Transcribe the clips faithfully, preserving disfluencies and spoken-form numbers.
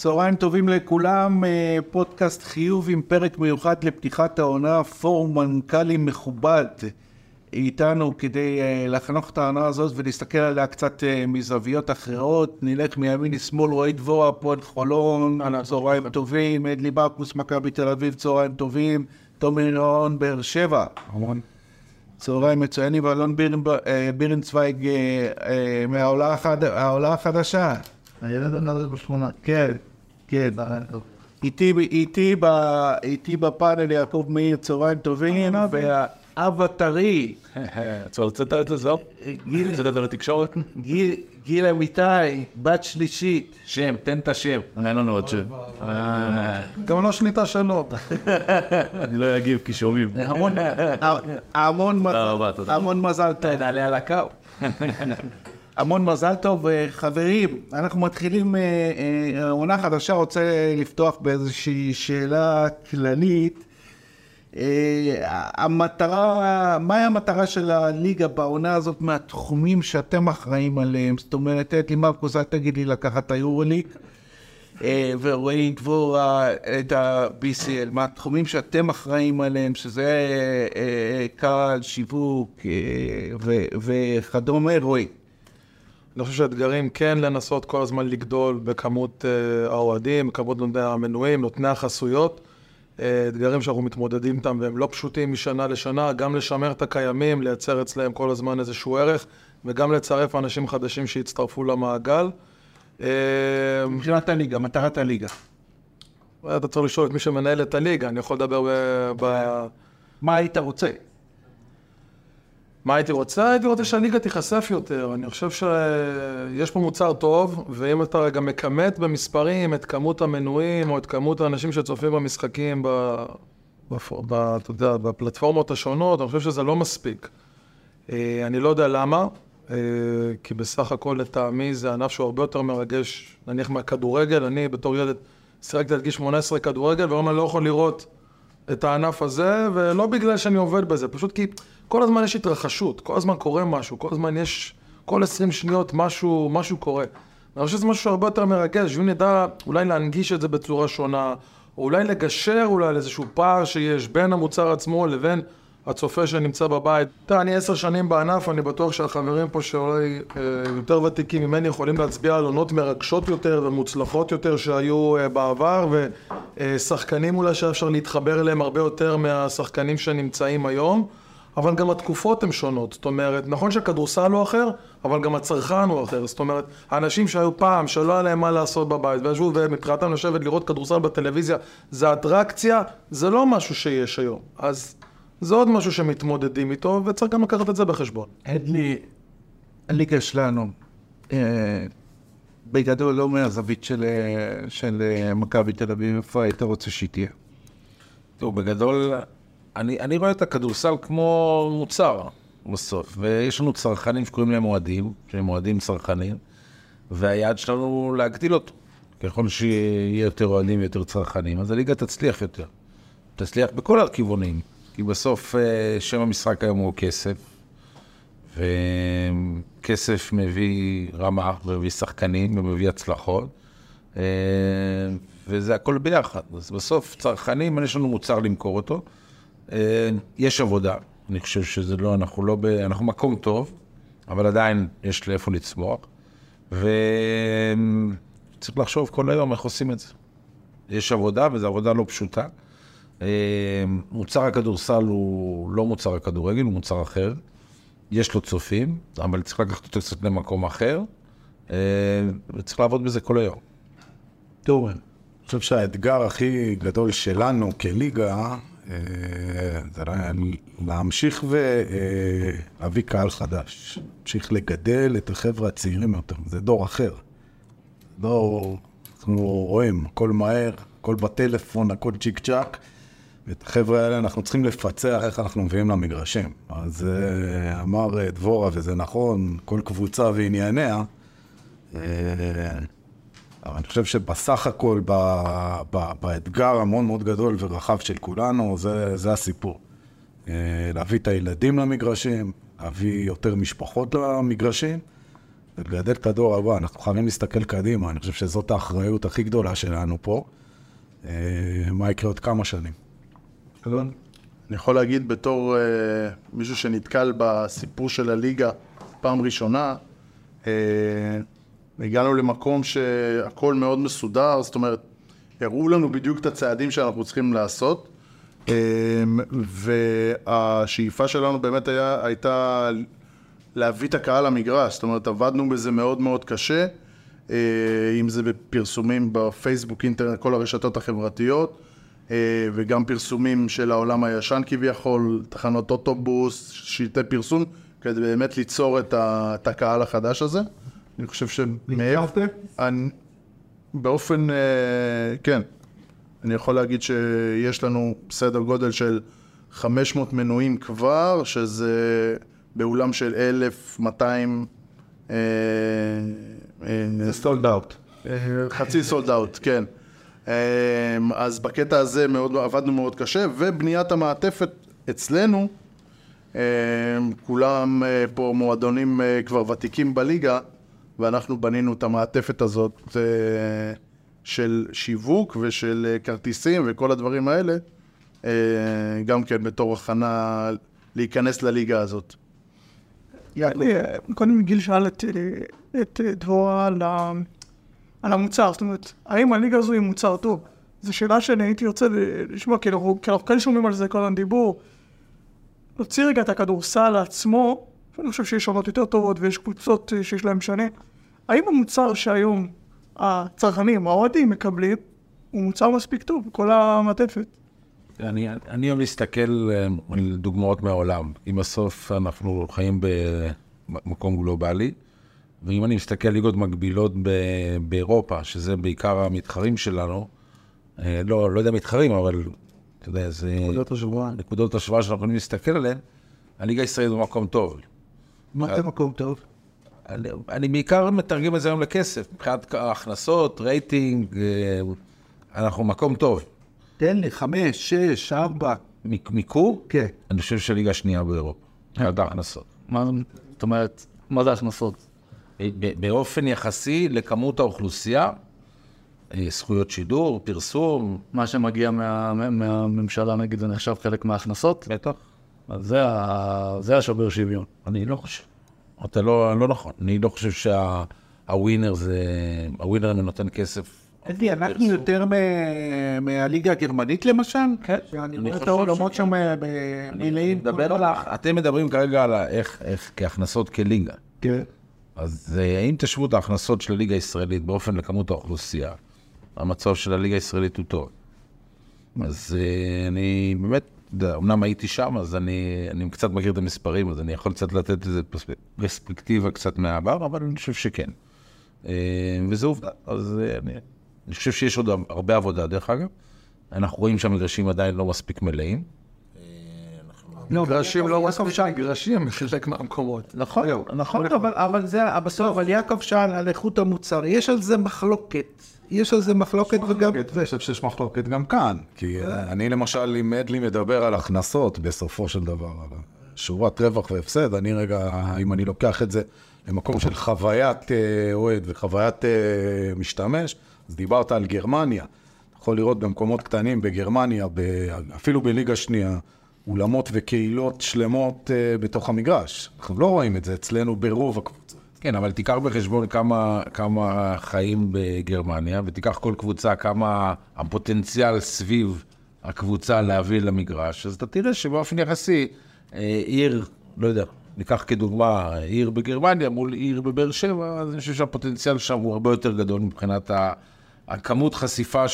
צהריים טובים לכולם, פודקאסט חיוב עם פרק מיוחד לפתיחת העונה, פורום מנכ"לים מכובד איתנו כדי לחנוך את העונה הזאת ולהסתכל עליה קצת מזוויות אחרות. נלך מימין לשמאל, רועי דבורה, הפועל חולון, צהריים טובים, אדלי ברקוס, מכבי תל אביב, צהריים טובים, תומר נהון, באר שבע. צהריים מצוינים, ואלון בירנצוויג מהעולה החדשה. הילד הנדל בשמונה. כן, כן. איתי, איתי, איתי בפאנל יעקב מאיר, צהריים טובים, והאב הטרי. צריך לצאת את זה, לצאת את זה לתקשורת? גיל אמיתי, בת שלישית. שם, תן את השם. אין לנו עוד שם. גם לא שניתה שלו. אני לא אגיב כי שומעים. המון מזל טוב. נעלה על הקו. המון מזל טוב, חברים. אנחנו מתחילים עונה חדשה, רוצה לפתוח באיזושהי שאלה כללית. המטרה, מהי המטרה של הליגה בעונה הזאת מהתחומים שאתם אחראים עליהם? זאת אומרת, אדלי מרקוס, אל תגיד לי לקחת את היורוליג, ורועי דבורה את ה-בי סי אל, מהתחומים שאתם אחראים עליהם, שזה קהל, שיווק וכדומה, רועי. אני חושב שהאתגרים כן לנסות כל הזמן לגדול בכמות האוהדים, בכמות המנויים, נותני החסויות. אתגרים שאנחנו מתמודדים איתם והם לא פשוטים משנה לשנה, גם לשמר את הקיימים, לייצר אצלהם כל הזמן איזשהו ערך, וגם לצרף אנשים חדשים שיצטרפו למעגל. מבחינת הליגה, מטרת הליגה. אתה צריך לשאול את מי שמנהל את הליגה, אני יכול לדבר ב... מה היית רוצה? מה הייתי רוצה? הייתי רוצה שהליגה תיחשף יותר. אני חושב שיש פה מוצר טוב, ואם אתה גם מקמת במספרים את כמות המנויים או את כמות האנשים שצופים במשחקים ב... ב... אתה יודע, בפלטפורמות השונות, אני חושב שזה לא מספיק. אני לא יודע למה, כי בסך הכל לטעמי זה ענף שהוא הרבה יותר מרגש, נניח מהכדורגל. אני בתור ילד שיחקתי עד גיל שמונה עשרה כדורגל, והיום אני לא יכול לראות את הענף הזה, ולא בגלל שאני עובד בזה, פשוט כי כל הזמן יש התרחשות, כל הזמן קורה משהו, כל הזמן יש, כל עשרים שניות משהו, משהו קורה. אני חושב שזה משהו הרבה יותר מרגש, ואם נדע אולי להנגיש את זה בצורה שונה, או אולי לגשר אולי על איזשהו פער שיש בין המוצר עצמו לבין הצופה שנמצא בבית. אתה, אני עשר שנים בענף, אני בטוח שהחברים פה שאולי אה, יותר ותיקים ממני יכולים להצביע על עונות מרגשות יותר ומוצלחות יותר שהיו אה, בעבר, ושחקנים אולי שאפשר להתחבר אליהם הרבה יותר מהשחקנים שנמצאים היום. אבל גם התקופות הן שונות, זאת אומרת, נכון שהכדורסל הוא אחר, אבל גם הצרכן הוא אחר, זאת אומרת, האנשים שהיו פעם, שלא היה להם מה לעשות בבית, וישבו ומבחינתם לשבת לראות כדורסל בטלוויזיה, זה אטרקציה, זה לא משהו שיש היום, אז זה עוד משהו שמתמודדים איתו, וצריך גם לקחת את זה בחשבון. אדלי, הליגה שלנו, בגדול לא מהזווית של, של מכבי תל אביב, איפה היית רוצה שהיא תהיה? טוב, בגדול... אני, אני רואה את הכדורסל כמו מוצר בסוף, ויש לנו צרכנים שקוראים להם מועדים, שהם מועדים צרכנים, והיעד שלנו להגדיל אותו. ככל שיהיה יותר מועדים ויותר צרכנים, אז הליגה תצליח יותר. תצליח בכל הכיוונים, כי בסוף שם המשחק היום הוא כסף, וכסף מביא רמה, מביא שחקנים, ומביא הצלחות, וזה הכל ביחד. אז בסוף צרכנים, יש לנו מוצר למכור אותו, יש עבודה, אני חושב שזה לא, אנחנו לא ב... אנחנו מקום טוב, אבל עדיין יש לאיפה לצמוח, וצריך לחשוב כל היום איך עושים את זה. יש עבודה, וזו עבודה לא פשוטה. מוצר הכדורסל הוא לא מוצר הכדורגל, הוא מוצר אחר. יש לו צופים, אבל צריך לקחת אותו קצת למקום אחר, וצריך לעבוד בזה כל היום. טוב, אני חושב שהאתגר הכי גדול שלנו כליגה, זה להמשיך ולהביא קהל חדש, להמשיך לגדל את החבר'ה הצעירים יותר, זה דור אחר. דור, אנחנו רואים, הכל מהר, הכל בטלפון, הכל צ'יק צ'ק, ואת החבר'ה האלה אנחנו צריכים לפצח איך אנחנו מביאים למגרשים. אז אמר דבורה, וזה נכון, כל קבוצה וענייניה, אבל אני חושב שבסך הכל, ב, ב, באתגר המאוד מאוד גדול ורחב של כולנו, זה, זה הסיפור. להביא את הילדים למגרשים, להביא יותר משפחות למגרשים, לגדל את הדור הבא, אנחנו חייבים להסתכל קדימה, אני חושב שזאת האחריות הכי גדולה שלנו פה, מה יקרה עוד כמה שנים. אני יכול להגיד בתור מישהו שנתקל בסיפור של הליגה פעם ראשונה, הגענו למקום שהכל מאוד מסודר, זאת אומרת, הראו לנו בדיוק את הצעדים שאנחנו צריכים לעשות, והשאיפה שלנו באמת היה, הייתה להביא את הקהל למגרש, זאת אומרת, עבדנו בזה מאוד מאוד קשה, אם זה בפרסומים בפייסבוק, אינטרנט, כל הרשתות החברתיות, וגם פרסומים של העולם הישן כביכול, תחנות אוטובוס, שלטי פרסום, כדי באמת ליצור את הקהל החדש הזה. אני חושב שמעבר, באופן, כן, אני יכול להגיד שיש לנו סדר גודל של חמש מאות מנויים כבר, שזה באולם של אלף ומאתיים סולד אאוט. חצי סולד אאוט, כן. אז בקטע הזה מאוד, עבדנו מאוד קשה, ובניית המעטפת אצלנו, כולם פה מועדונים כבר ותיקים בליגה, ואנחנו בנינו את המעטפת הזאת של שיווק ושל כרטיסים וכל הדברים האלה, גם כן בתור הכנה להיכנס לליגה הזאת. קודם גיל שאל את דבורה על המוצר, זאת אומרת, האם הליגה הזו היא מוצר טוב? זו שאלה שאני הייתי רוצה לשמוע, כי אנחנו כאן שומעים על זה כל הדיבור. להוציא רגע את הכדורסל עצמו, אני חושב שיש עונות יותר טובות ויש קבוצות שיש להם שונה. האם המוצר שהיום הצרכנים, האוהדים מקבלים, הוא מוצר מספיק טוב, כל המעטפת? אני, אני היום להסתכל על דוגמאות מהעולם. אם בסוף אנחנו חיים במקום גלובלי, ואם אני מסתכל על ליגות מקבילות באירופה, שזה בעיקר המתחרים שלנו, לא, לא יודע מתחרים, אבל אתה יודע, זה... נקודות השוואה. נקודות השוואה שאנחנו יכולים להסתכל עליהן, הליגה הישראלית הוא מקום טוב. מה זה מקום טוב? אני, אני בעיקר מתרגם את זה היום לכסף. מבחינת הכנסות, רייטינג, אנחנו מקום טוב. תן לי, חמש, שש, ארבע. מיקור? כן. אני חושב שהליגה השנייה באירופה. מבחינת הכנסות. מה זאת אומרת, מה זה הכנסות? באופן יחסי לכמות האוכלוסייה, זכויות שידור, פרסום. מה שמגיע מה, מהממשלה, נגיד, זה נחשב חלק מההכנסות? בטח. אז זה, זה השובר שוויון. אני לא חושב. אתה לא, לא נכון. אני לא חושב שהווינר זה... הווינר נותן כסף. אדי, אנחנו יותר מהליגה הגרמנית למשל? כן. שאני רואה את העולמות שם במילאים. אתם מדברים כרגע על איך כהכנסות כליגה. כן. אז האם תשוו את ההכנסות של הליגה הישראלית באופן לכמות האוכלוסייה, המצב של הליגה הישראלית הוא טוב. אז אני באמת, אמנם הייתי שם, אז אני, אני קצת מכיר את המספרים, אז אני יכול קצת לתת איזו פרספקטיבה קצת מהעבר, אבל אני חושב שכן. וזה עובדה. אז אני, אני חושב שיש עוד הרבה עבודה, דרך אגב. אנחנו רואים שהמגרשים עדיין לא מספיק מלאים. גרשים לא מספיק, גרשים חלק מהמקומות. נכון, נכון, אבל זה בסוף, אבל יעקב שאל על איכות המוצר, יש על זה מחלוקת, יש על זה מחלוקת וגם... אני חושב שיש מחלוקת גם כאן, כי אני למשל עם אדלי מדבר על הכנסות בסופו של דבר, על שורת רווח והפסד, אני רגע, אם אני לוקח את זה למקום של חוויית אוהד וחוויית משתמש, אז דיברת על גרמניה, אתה יכול לראות במקומות קטנים בגרמניה, אפילו בליגה שנייה, אולמות וקהילות שלמות uh, בתוך המגרש. אנחנו לא רואים את זה אצלנו ברוב הקבוצה. כן, אבל תיקח בחשבון כמה, כמה חיים בגרמניה, ותיקח כל קבוצה כמה הפוטנציאל סביב הקבוצה להביא למגרש, אז אתה תראה שבאופן יחסי, אה, עיר, לא יודע, ניקח כדוגמה, עיר בגרמניה מול עיר בבאר שבע, אז אני חושב שהפוטנציאל שם הוא הרבה יותר גדול מבחינת ה... הכמות חשיפה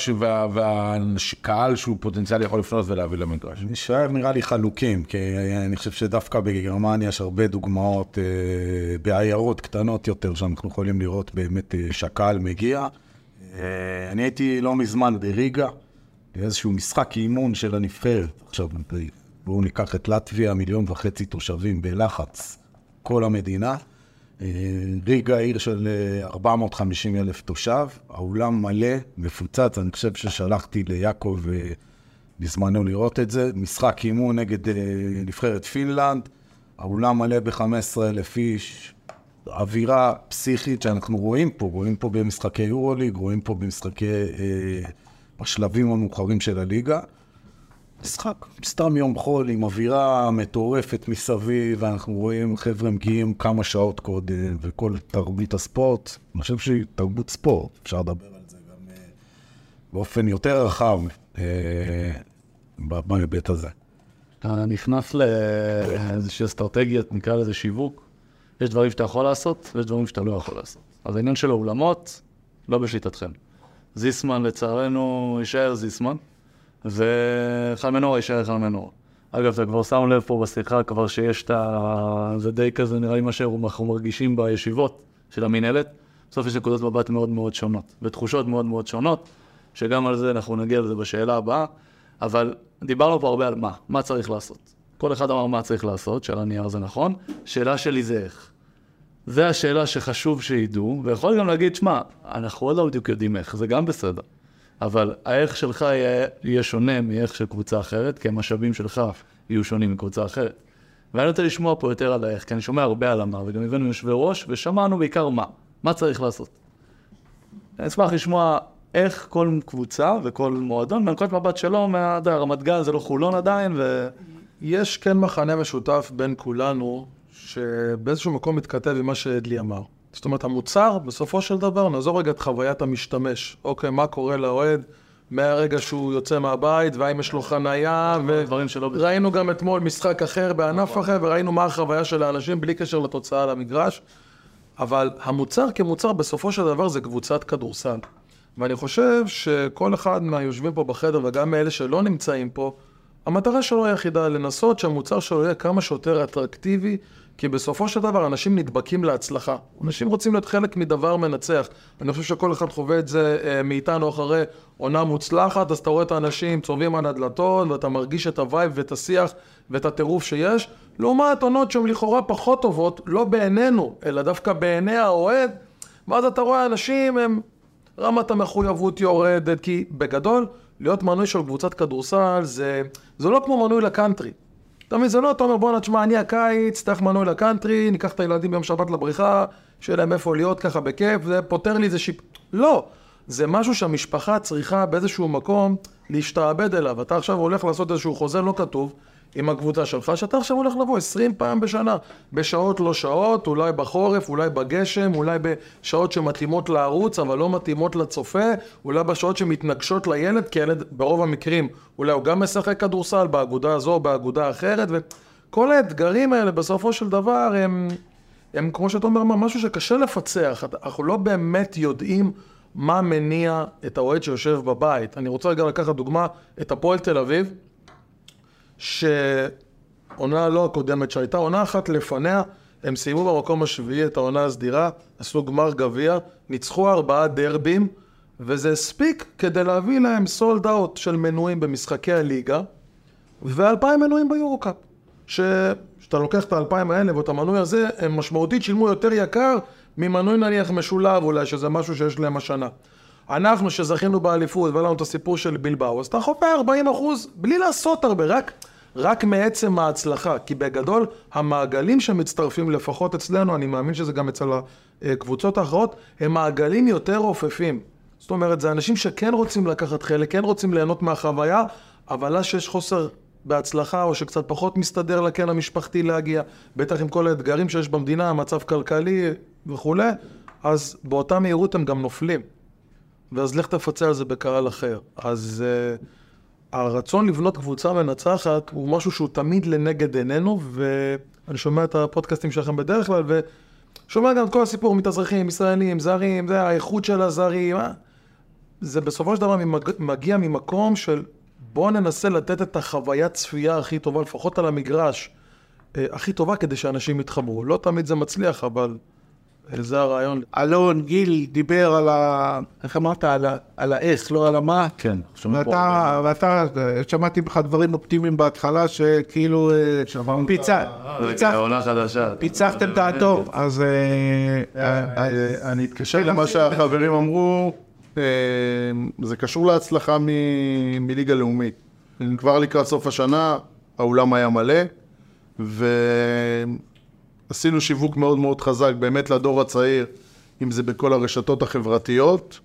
והקהל שהוא פוטנציאל יכול לפנות ולהביא למגרש. אני שואב נראה לי חלוקים, כי אני חושב שדווקא בגרמניה יש הרבה דוגמאות בעיירות קטנות יותר, שאנחנו יכולים לראות באמת שהקהל מגיע. אני הייתי לא מזמן בריגה, באיזשהו משחק אימון של הנבחרת. עכשיו, בואו ניקח את לטביה, מיליון וחצי תושבים בלחץ, כל המדינה. ריגה עיר של ארבע מאות וחמישים אלף תושב, האולם מלא, מפוצץ, אני חושב ששלחתי ליעקב בזמנו לראות את זה, משחק אימון נגד נבחרת פינלנד, האולם מלא ב-חמישה עשר אלף איש, אווירה פסיכית שאנחנו רואים פה, רואים פה במשחקי יורוליג, רואים פה במשחקי, אה, בשלבים המאוחרים של הליגה. משחק, סתם יום חול עם אווירה מטורפת מסביב, ואנחנו רואים חבר'ה מגיעים כמה שעות קודם, וכל תרבות הספורט, אני חושב שהיא תרבות ספורט, אפשר לדבר על זה גם אה, באופן יותר רחב אה, בהיבט הזה. אתה נכנס לאיזושהי אסטרטגיית, נקרא לזה שיווק, יש דברים שאתה יכול לעשות, ויש דברים שאתה לא יכול לעשות. אז העניין של האולמות, לא בשליטתכם. זיסמן לצערנו יישאר זיסמן, וחל מנור יישאר חל מנור. אגב, אתה כבר שם לב פה בשיחה, כבר שיש את ה... זה די כזה, נראה לי מה שאנחנו מרגישים בישיבות של המנהלת. בסוף יש נקודות מבט מאוד מאוד שונות, ותחושות מאוד מאוד שונות, שגם על זה אנחנו נגיע לזה בשאלה הבאה, אבל דיברנו פה הרבה על מה, מה צריך לעשות. כל אחד אמר מה צריך לעשות, שאלה נייר זה נכון, שאלה שלי זה איך. זה השאלה שחשוב שידעו, ויכול גם להגיד, שמה, אנחנו עוד לא בדיוק יודעים איך, זה גם בסדר. אבל האיך שלך יהיה, יהיה שונה מאיך של קבוצה אחרת, כי המשאבים שלך יהיו שונים מקבוצה אחרת. ואני רוצה לשמוע פה יותר על האיך, כי אני שומע הרבה על המה, וגם הבאנו יושבי ראש, ושמענו בעיקר מה, מה צריך לעשות. אני אשמח לשמוע איך כל קבוצה וכל מועדון, מנקודת מבט שלו, רמת גן זה לא חולון עדיין, ו... יש כן מחנה משותף בין כולנו, שבאיזשהו מקום מתכתב עם מה שדלי אמר. זאת אומרת, המוצר, בסופו של דבר, נעזור רגע את חוויית המשתמש. אוקיי, מה קורה לאוהד מהרגע שהוא יוצא מהבית, והאם יש לו חנייה, וראינו גם אתמול משחק אחר בענף אחר, וראינו מה החוויה של האנשים בלי קשר לתוצאה על המגרש. אבל המוצר כמוצר, בסופו של דבר, זה קבוצת כדורסל. ואני חושב שכל אחד מהיושבים פה בחדר, וגם מאלה שלא נמצאים פה, המטרה שלו היחידה לנסות שהמוצר שלו יהיה כמה שיותר אטרקטיבי, כי בסופו של דבר אנשים נדבקים להצלחה. אנשים רוצים להיות חלק מדבר מנצח. אני חושב שכל אחד חווה את זה אה, מאיתנו אחרי עונה מוצלחת, אז אתה רואה את האנשים צורבים על הדלתות, ואתה מרגיש את הווייב ואת השיח ואת הטירוף שיש. לעומת עונות שהן לכאורה פחות טובות, לא בעינינו, אלא דווקא בעיני האוהד, ואז אתה רואה אנשים, הם, רמת המחויבות יורדת, כי בגדול, להיות מנוי של קבוצת כדורסל זה, זה לא כמו מנוי לקאנטרי. אתה מבין, זה לא, אתה אומר, בוא נתשמע, אני הקיץ, תלך מנוי לקאנטרי, ניקח את הילדים ביום שבת לבריכה, שיהיה להם איפה להיות ככה בכיף, זה פותר לי איזה שיפ... לא, זה משהו שהמשפחה צריכה באיזשהו מקום להשתעבד אליו. אתה עכשיו הולך לעשות איזשהו חוזה לא כתוב עם הקבוצה שלך, שאתה עכשיו הולך לבוא עשרים פעם בשנה, בשעות לא שעות, אולי בחורף, אולי בגשם, אולי בשעות שמתאימות לערוץ, אבל לא מתאימות לצופה, אולי בשעות שמתנגשות לילד, כי ילד ברוב המקרים, אולי הוא גם משחק כדורסל באגודה הזו או באגודה אחרת, וכל האתגרים האלה בסופו של דבר הם, הם כמו שאתה אומר, משהו שקשה לפצח. אנחנו לא באמת יודעים מה מניע את האוהד שיושב בבית. אני רוצה רגע לקחת דוגמה, את הפועל תל אביב, שעונה לא הקודמת שהייתה, עונה אחת לפניה, הם סיימו במקום השביעי את העונה הסדירה, עשו גמר גביע, ניצחו ארבעה דרבים, וזה הספיק כדי להביא להם סולד אאוט של מנויים במשחקי הליגה, ואלפיים מנויים ביורוקאפ. שאתה לוקח את האלפיים האלה ואת המנוי הזה, הם משמעותית שילמו יותר יקר ממנוי נניח משולב, אולי שזה משהו שיש להם השנה. אנחנו שזכינו באליפות ולנו את הסיפור של בילבאו, אז אתה חופה ארבעים אחוז בלי לעשות הרבה, רק, רק מעצם ההצלחה, כי בגדול המעגלים שמצטרפים לפחות אצלנו, אני מאמין שזה גם אצל הקבוצות האחרות, הם מעגלים יותר רופפים. זאת אומרת, זה אנשים שכן רוצים לקחת חלק, כן רוצים ליהנות מהחוויה, אבל לה שיש חוסר בהצלחה, או שקצת פחות מסתדר לכן המשפחתי להגיע, בטח עם כל האתגרים שיש במדינה, המצב כלכלי וכו', אז באותה מהירות הם גם נופלים. ואז לך תפצה על זה בקהל אחר. אז uh, הרצון לבנות קבוצה מנצחת הוא משהו שהוא תמיד לנגד עינינו, ואני שומע את הפודקאסטים שלכם בדרך כלל, ושומע גם את כל הסיפור, מתאזרחים, ישראלים, זרים, זה האיכות של הזרים. זה בסופו של דבר מגיע ממקום של בואו ננסה לתת את החוויית צפייה הכי טובה, לפחות על המגרש, uh, הכי טובה כדי שאנשים יתחברו. לא תמיד זה מצליח, אבל... זה הרעיון. אלון, גיל, דיבר על ה... איך אמרת? על האיך, לא על המה. כן. ואתה, ואתה, שמעתי בך דברים אופטימיים בהתחלה, שכאילו פיצחתם את הטוב. אז אני אתקשר למה שהחברים אמרו, זה קשור להצלחה מליגה לאומית. כבר לקראת סוף השנה, האולם היה מלא, ו... עשינו שיווק מאוד מאוד חזק, באמת לדור הצעיר, אם זה בכל הרשתות החברתיות,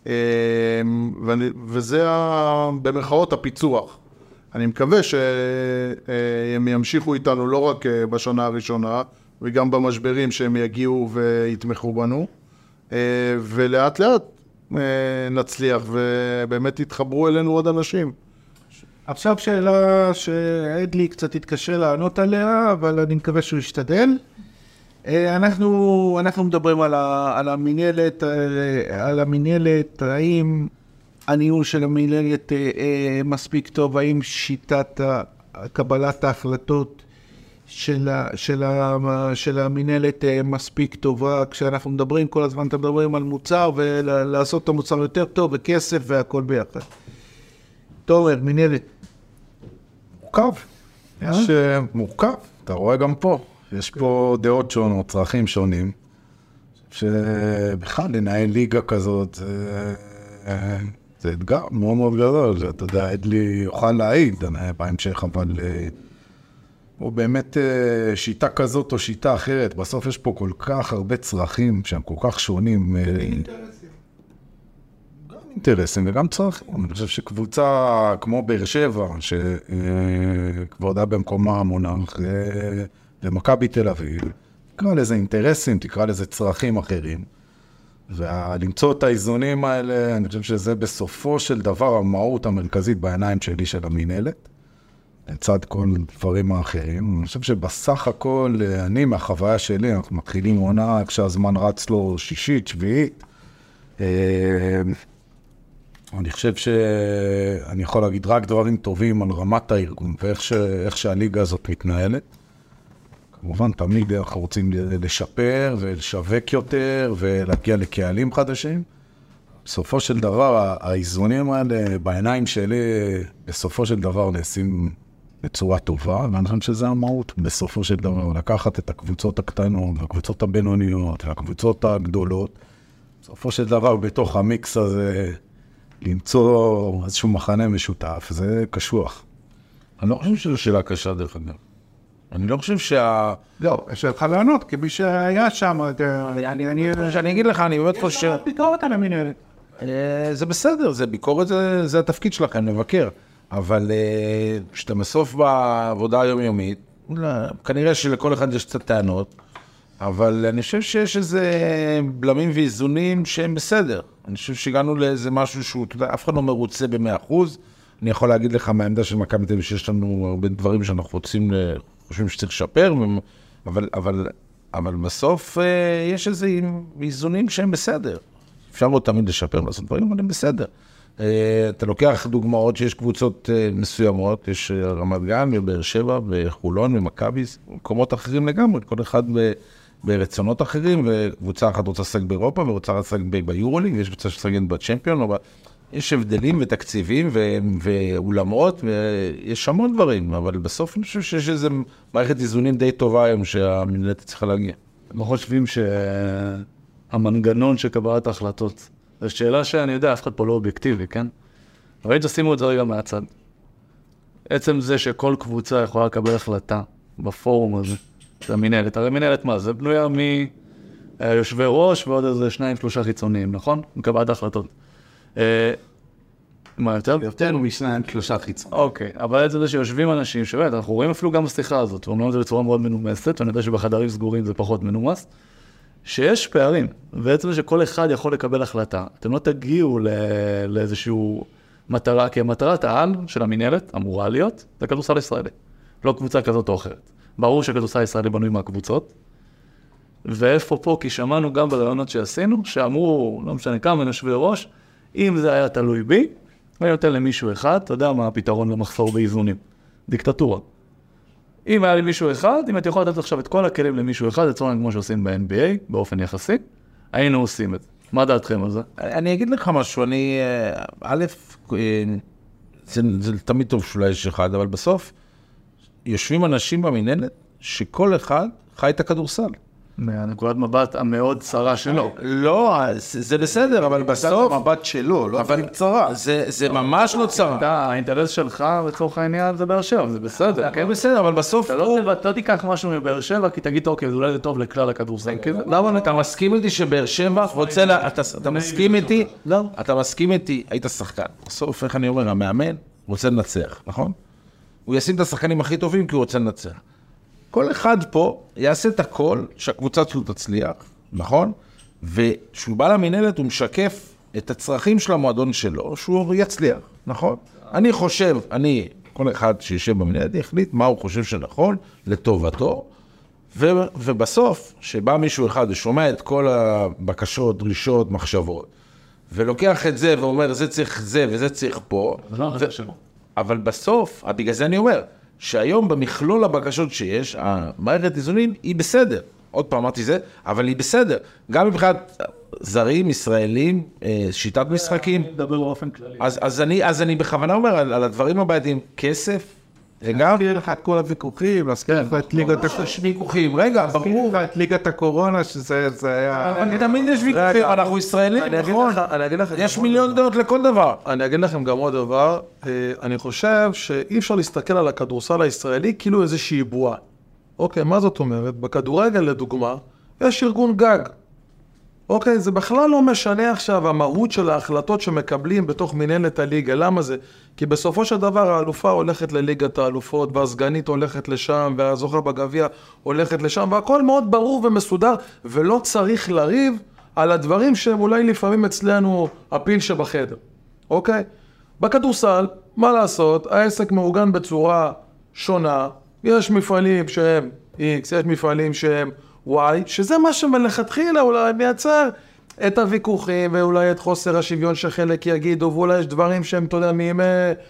וזה במרכאות הפיצוח. אני מקווה שהם ימשיכו איתנו לא רק בשנה הראשונה, וגם במשברים שהם יגיעו ויתמכו בנו, ולאט לאט נצליח, ובאמת יתחברו אלינו עוד אנשים. עכשיו שאלה שעדלי קצת יתקשה לענות עליה, אבל אני מקווה שהוא ישתדל. אנחנו, אנחנו מדברים על, ה, על המנהלת, על המנהלת, האם הניהול של המנהלת מספיק טוב, האם שיטת קבלת ההחלטות של, של, של המנהלת מספיק טובה, כשאנחנו מדברים, כל הזמן אתם מדברים על מוצר, ולעשות את המוצר יותר טוב, וכסף והכל ביחד. תומר, מנהלת. מורכב. יש מורכב, אתה רואה גם פה. יש פה דעות שונות, צרכים שונים, שבכלל לנהל ליגה כזאת, זה, זה אתגר מאוד מאוד גדול, אתה יודע, עדלי יוכל להעיד בהמשך, אבל הוא באמת שיטה כזאת או שיטה אחרת, בסוף יש פה כל כך הרבה צרכים שהם כל כך שונים. אינטרסים. גם אינטרסים וגם צרכים. אני חושב שקבוצה כמו באר שבע, שכבודה במקומה המונח, ומכבי תל אביב, תקרא לזה אינטרסים, תקרא לזה צרכים אחרים. ולמצוא את האיזונים האלה, אני חושב שזה בסופו של דבר המהות המרכזית בעיניים שלי של המנהלת, לצד כל דברים האחרים. אני חושב שבסך הכל, אני מהחוויה שלי, אנחנו מתחילים עונה, איך שהזמן רץ לו שישית, שביעית. אני חושב שאני יכול להגיד רק דברים טובים על רמת הארגון, ואיך ש... איך שהליגה הזאת מתנהלת. כמובן, תמיד אנחנו רוצים לשפר ולשווק יותר ולהגיע לקהלים חדשים. בסופו של דבר, האיזונים האלה בעיניים שלי, בסופו של דבר נעשים בצורה טובה, ואני חושב שזה המהות בסופו של דבר, לקחת את הקבוצות הקטנות, הקבוצות הבינוניות, הקבוצות הגדולות, בסופו של דבר בתוך המיקס הזה, למצוא איזשהו מחנה משותף, זה קשוח. אני לא חושב שזו שאלה קשה דרך אגב. אני לא חושב שה... לא, יש לך לענות, כמי שהיה שם, שאני אגיד לך, אני באמת חושב... יש לך ביקורת על המנהלת. זה בסדר, זה ביקורת, זה התפקיד שלכם, לבקר. אבל כשאתה מסוף בעבודה היומיומית, כנראה שלכל אחד יש קצת טענות, אבל אני חושב שיש איזה בלמים ואיזונים שהם בסדר. אני חושב שהגענו לאיזה משהו שהוא, אתה יודע, אף אחד לא מרוצה ב-מאה אחוז. אני יכול להגיד לך מהעמדה של מכבי תל אביב שיש לנו הרבה דברים שאנחנו רוצים, חושבים שצריך לשפר, אבל, אבל, אבל בסוף יש איזה איזונים שהם בסדר. אפשר לא תמיד לשפר, לעשות דברים, אבל הם בסדר. אתה לוקח דוגמאות שיש קבוצות מסוימות, יש רמת גן, באר שבע, בחולון, במכבי, מקומות אחרים לגמרי, כל אחד ברצונות אחרים, וקבוצה אחת רוצה לשחק באירופה, ורוצה לשחק ביורוליג, ויש קבוצה ששחקת בצ'מפיון, יש הבדלים ותקציבים ואולמות, ויש המון דברים, אבל בסוף אני חושב שיש איזו מערכת איזונים די טובה היום שהמנהלת צריכה להגיע. לא חושבים שהמנגנון שקבלת ההחלטות, זו שאלה שאני יודע, אף אחד פה לא אובייקטיבי, כן? אבל תשימו את זה רגע מהצד. עצם זה שכל קבוצה יכולה לקבל החלטה בפורום הזה, זה המנהלת. הרי מנהלת מה? זה בנויה מיושבי ראש ועוד איזה שניים, שלושה חיצוניים, נכון? מקבלת ההחלטות. מה יותר? יותר משניים, שלושה חיצוניים. אוקיי, אבל זה שיושבים אנשים שבאמת, אנחנו רואים אפילו גם בשיחה הזאת, ואומרים את זה בצורה מאוד מנומסת, ואני יודע שבחדרים סגורים זה פחות מנומס, שיש פערים, ועצם שכל אחד יכול לקבל החלטה, אתם לא תגיעו לאיזשהו מטרה, כי המטרת העל של המנהלת אמורה להיות, זה כדורסל ישראלי, לא קבוצה כזאת או אחרת. ברור שכדורסל ישראלי בנוי מהקבוצות, ואיפה פה, כי שמענו גם ברעיונות שעשינו, שאמרו, לא משנה כמה נשבי ראש, אם זה היה תלוי בי, אני נותן למישהו אחד, אתה יודע מה הפתרון למחסור באיזונים? דיקטטורה. אם היה לי מישהו אחד, אם הייתי יכול לתת עכשיו את כל הכלים למישהו אחד, זה צורן כמו שעושים ב-אן בי איי, באופן יחסי, היינו עושים את זה. מה דעתכם על זה? אני אגיד לך משהו, אני, א', זה, זה תמיד טוב שאולי יש אחד, אבל בסוף, יושבים אנשים במנהלת, שכל אחד חי את הכדורסל. מהנקודת מבט המאוד צרה שלו. לא, זה זה בסדר, אבל בסוף... המבט שלו, לא אבל צרה. זה זה ממש לא צרה. אתה, האינטרס שלך לצורך העניין זה באר שבע, זה בסדר. כן, בסדר, אבל בסוף... אתה לא תבט- לא תיקח משהו מבאר שבע, כי תגיד, אוקיי, זה אולי זה טוב לכלל הכדורסל. למה אתה מסכים איתי שבאר שבע רוצה ל... אתה אתה מסכים איתי? לא. אתה מסכים איתי, היית שחקן. בסוף, איך אני אומר, המאמן רוצה לנצח, נכון? הוא ישים את השחקנים הכי טובים כי הוא רוצה לנצח. כל אחד פה יעשה את הכל שהקבוצה שלו תצליח, נכון? וכשהוא בא למנהלת הוא משקף את הצרכים של המועדון שלו, שהוא יצליח, נכון? אני חושב, אני, כל אחד שישב במנהלת יחליט מה הוא חושב שנכון, לטובתו, ו- ובסוף, שבא מישהו אחד ושומע את כל הבקשות, דרישות, מחשבות, ולוקח את זה ואומר, זה צריך זה וזה צריך פה, ו- אבל בסוף, בגלל זה אני אומר, שהיום במכלול הבקשות שיש, המערכת איזונים היא בסדר. עוד פעם אמרתי זה, אבל היא בסדר. גם מבחינת זרים, ישראלים, שיטת משחקים. אני מדבר באופן כללי. אז, אז, אני, אז אני בכוונה אומר על, על הדברים הבעייתיים, כסף, וגם... להזכיר לך את כל הוויכוחים, להזכיר לך את ליגת הקורונה. ויכוחים, רגע, ברור. את ליגת הקורונה, שזה היה... תמיד יש ויכוחים, אנחנו ישראלים, נכון? אני אגיד לכם, יש מיליון דעות לכל דבר. אני אגיד לכם גם עוד דבר, אני חושב שאי אפשר להסתכל על הכדורסל הישראלי כאילו איזושהי בועה. אוקיי, מה זאת אומרת? בכדורגל לדוגמה, יש ארגון גג. אוקיי, זה בכלל לא משנה עכשיו המהות של ההחלטות שמקבלים בתוך מנהלת הליגה. למה זה? כי בסופו של דבר האלופה הולכת לליגת האלופות, והסגנית הולכת לשם, והזוכה בגביע הולכת לשם, והכל מאוד ברור ומסודר, ולא צריך לריב על הדברים שהם אולי לפעמים אצלנו הפיל שבחדר. אוקיי? בכדורסל, מה לעשות? העסק מאורגן בצורה שונה, יש מפעלים שהם X, יש מפעלים שהם Y, שזה מה שמלכתחילה אולי מייצר את הוויכוחים ואולי את חוסר השוויון שחלק יגידו, ואולי יש דברים שהם, אתה יודע, מימי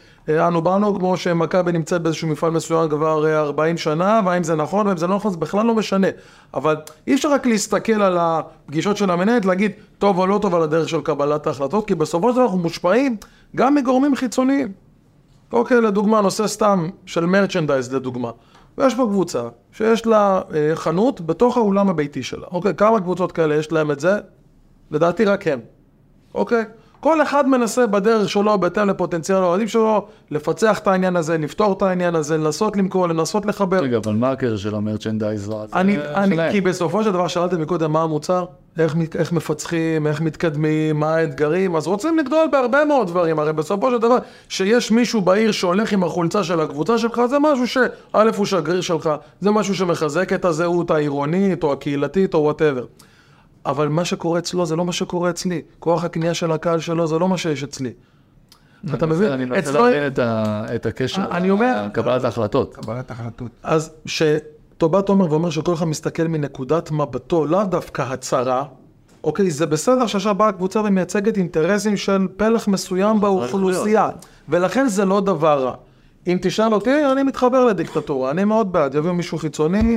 אנו באנו, כמו שמכבי נמצאת באיזשהו מפעל מסוים כבר ארבעים שנה, והאם זה נכון ואם זה לא נכון, זה בכלל לא משנה. אבל אי אפשר רק להסתכל על הפגישות של המנהלת, להגיד טוב או לא טוב על הדרך של קבלת ההחלטות, כי בסופו של דבר אנחנו מושפעים גם מגורמים חיצוניים. אוקיי, לדוגמה, נושא סתם של מרצ'נדייז לדוגמה. ויש פה קבוצה שיש לה אה, חנות בתוך האולם הביתי שלה. אוקיי, כמה קבוצות כאלה יש להם את זה? לדעתי רק הם. אוקיי? כל אחד מנסה בדרך שלו, בהתאם לפוטנציאל האוהדים שלו, לפצח את העניין הזה, לפתור את העניין הזה, לנסות למכור, לנסות לחבר. רגע, אבל מה הקשר של המרצ'נדייז? אני, אני, כי בסופו של דבר שאלתם מקודם מה המוצר, איך, איך מפצחים, איך מתקדמים, מה האתגרים, אז רוצים לגדול בהרבה מאוד דברים, הרי בסופו של דבר שיש מישהו בעיר שהולך עם החולצה של הקבוצה שלך, זה משהו שא' הוא שגריר שלך, זה משהו שמחזק את הזהות העירונית או הקהילתית או whatever. אבל מה שקורה אצלו זה לא מה שקורה אצלי. כוח הקנייה של הקהל שלו זה לא מה שיש אצלי. אתה מבין? אני מנסה להבין את הקשר, אני אומר... קבלת ההחלטות. קבלת החלטות. אז שטובת אומר ואומר שכל אחד מסתכל מנקודת מבטו, לא דווקא הצרה, אוקיי, זה בסדר שעכשיו באה הקבוצה ומייצגת אינטרסים של פלח מסוים באוכלוסייה, ולכן זה לא דבר רע. אם תשאל אותי, אני מתחבר לדיקטטורה, אני מאוד בעד, יביאו מישהו חיצוני,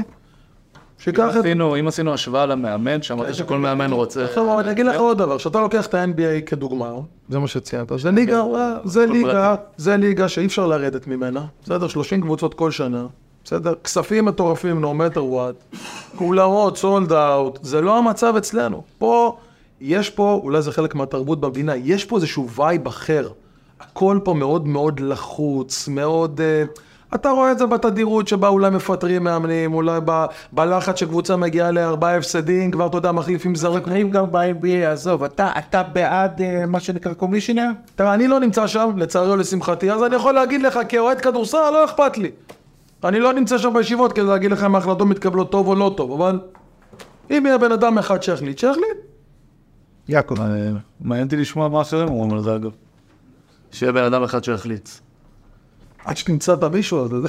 אם עשינו השוואה למאמן, שאמרתי שכל מאמן רוצה... עכשיו, אני אגיד לך עוד דבר, שאתה לוקח את ה-אן בי איי כדוגמה, זה מה שציינת, זה ליגה, זה ליגה, זה ליגה שאי אפשר לרדת ממנה, בסדר, שלושים קבוצות כל שנה, בסדר, כספים מטורפים, no matter what, אולמות, sold out, זה לא המצב אצלנו. פה, יש פה, אולי זה חלק מהתרבות במדינה, יש פה איזשהו וייב אחר, הכל פה מאוד מאוד לחוץ, מאוד... אתה רואה את זה בתדירות שבה אולי מפטרים מאמנים, אולי ב, בלחץ שקבוצה מגיעה לארבעה הפסדים, כבר אתה יודע, מחליפים זרק. נעים גם ב-אן בי איי, עזוב, אתה, אתה בעד uh, מה שנקרא קומישיונר? תראה, אני לא נמצא שם, לצערי או לשמחתי, אז אני יכול להגיד לך, כאוהד כדורסל, לא אכפת לי. אני לא נמצא שם בישיבות כדי להגיד לך אם ההחלטות מתקבלות טוב או לא טוב, אבל אם יהיה בן אדם אחד שהחליט, שהחליט. יעקב. מעניין אותי לשמוע מה אחרים אומרים על זה, אגב. שיהיה בן אדם אחד שהחליט. עד שתמצא את המישהו, אתה יודע.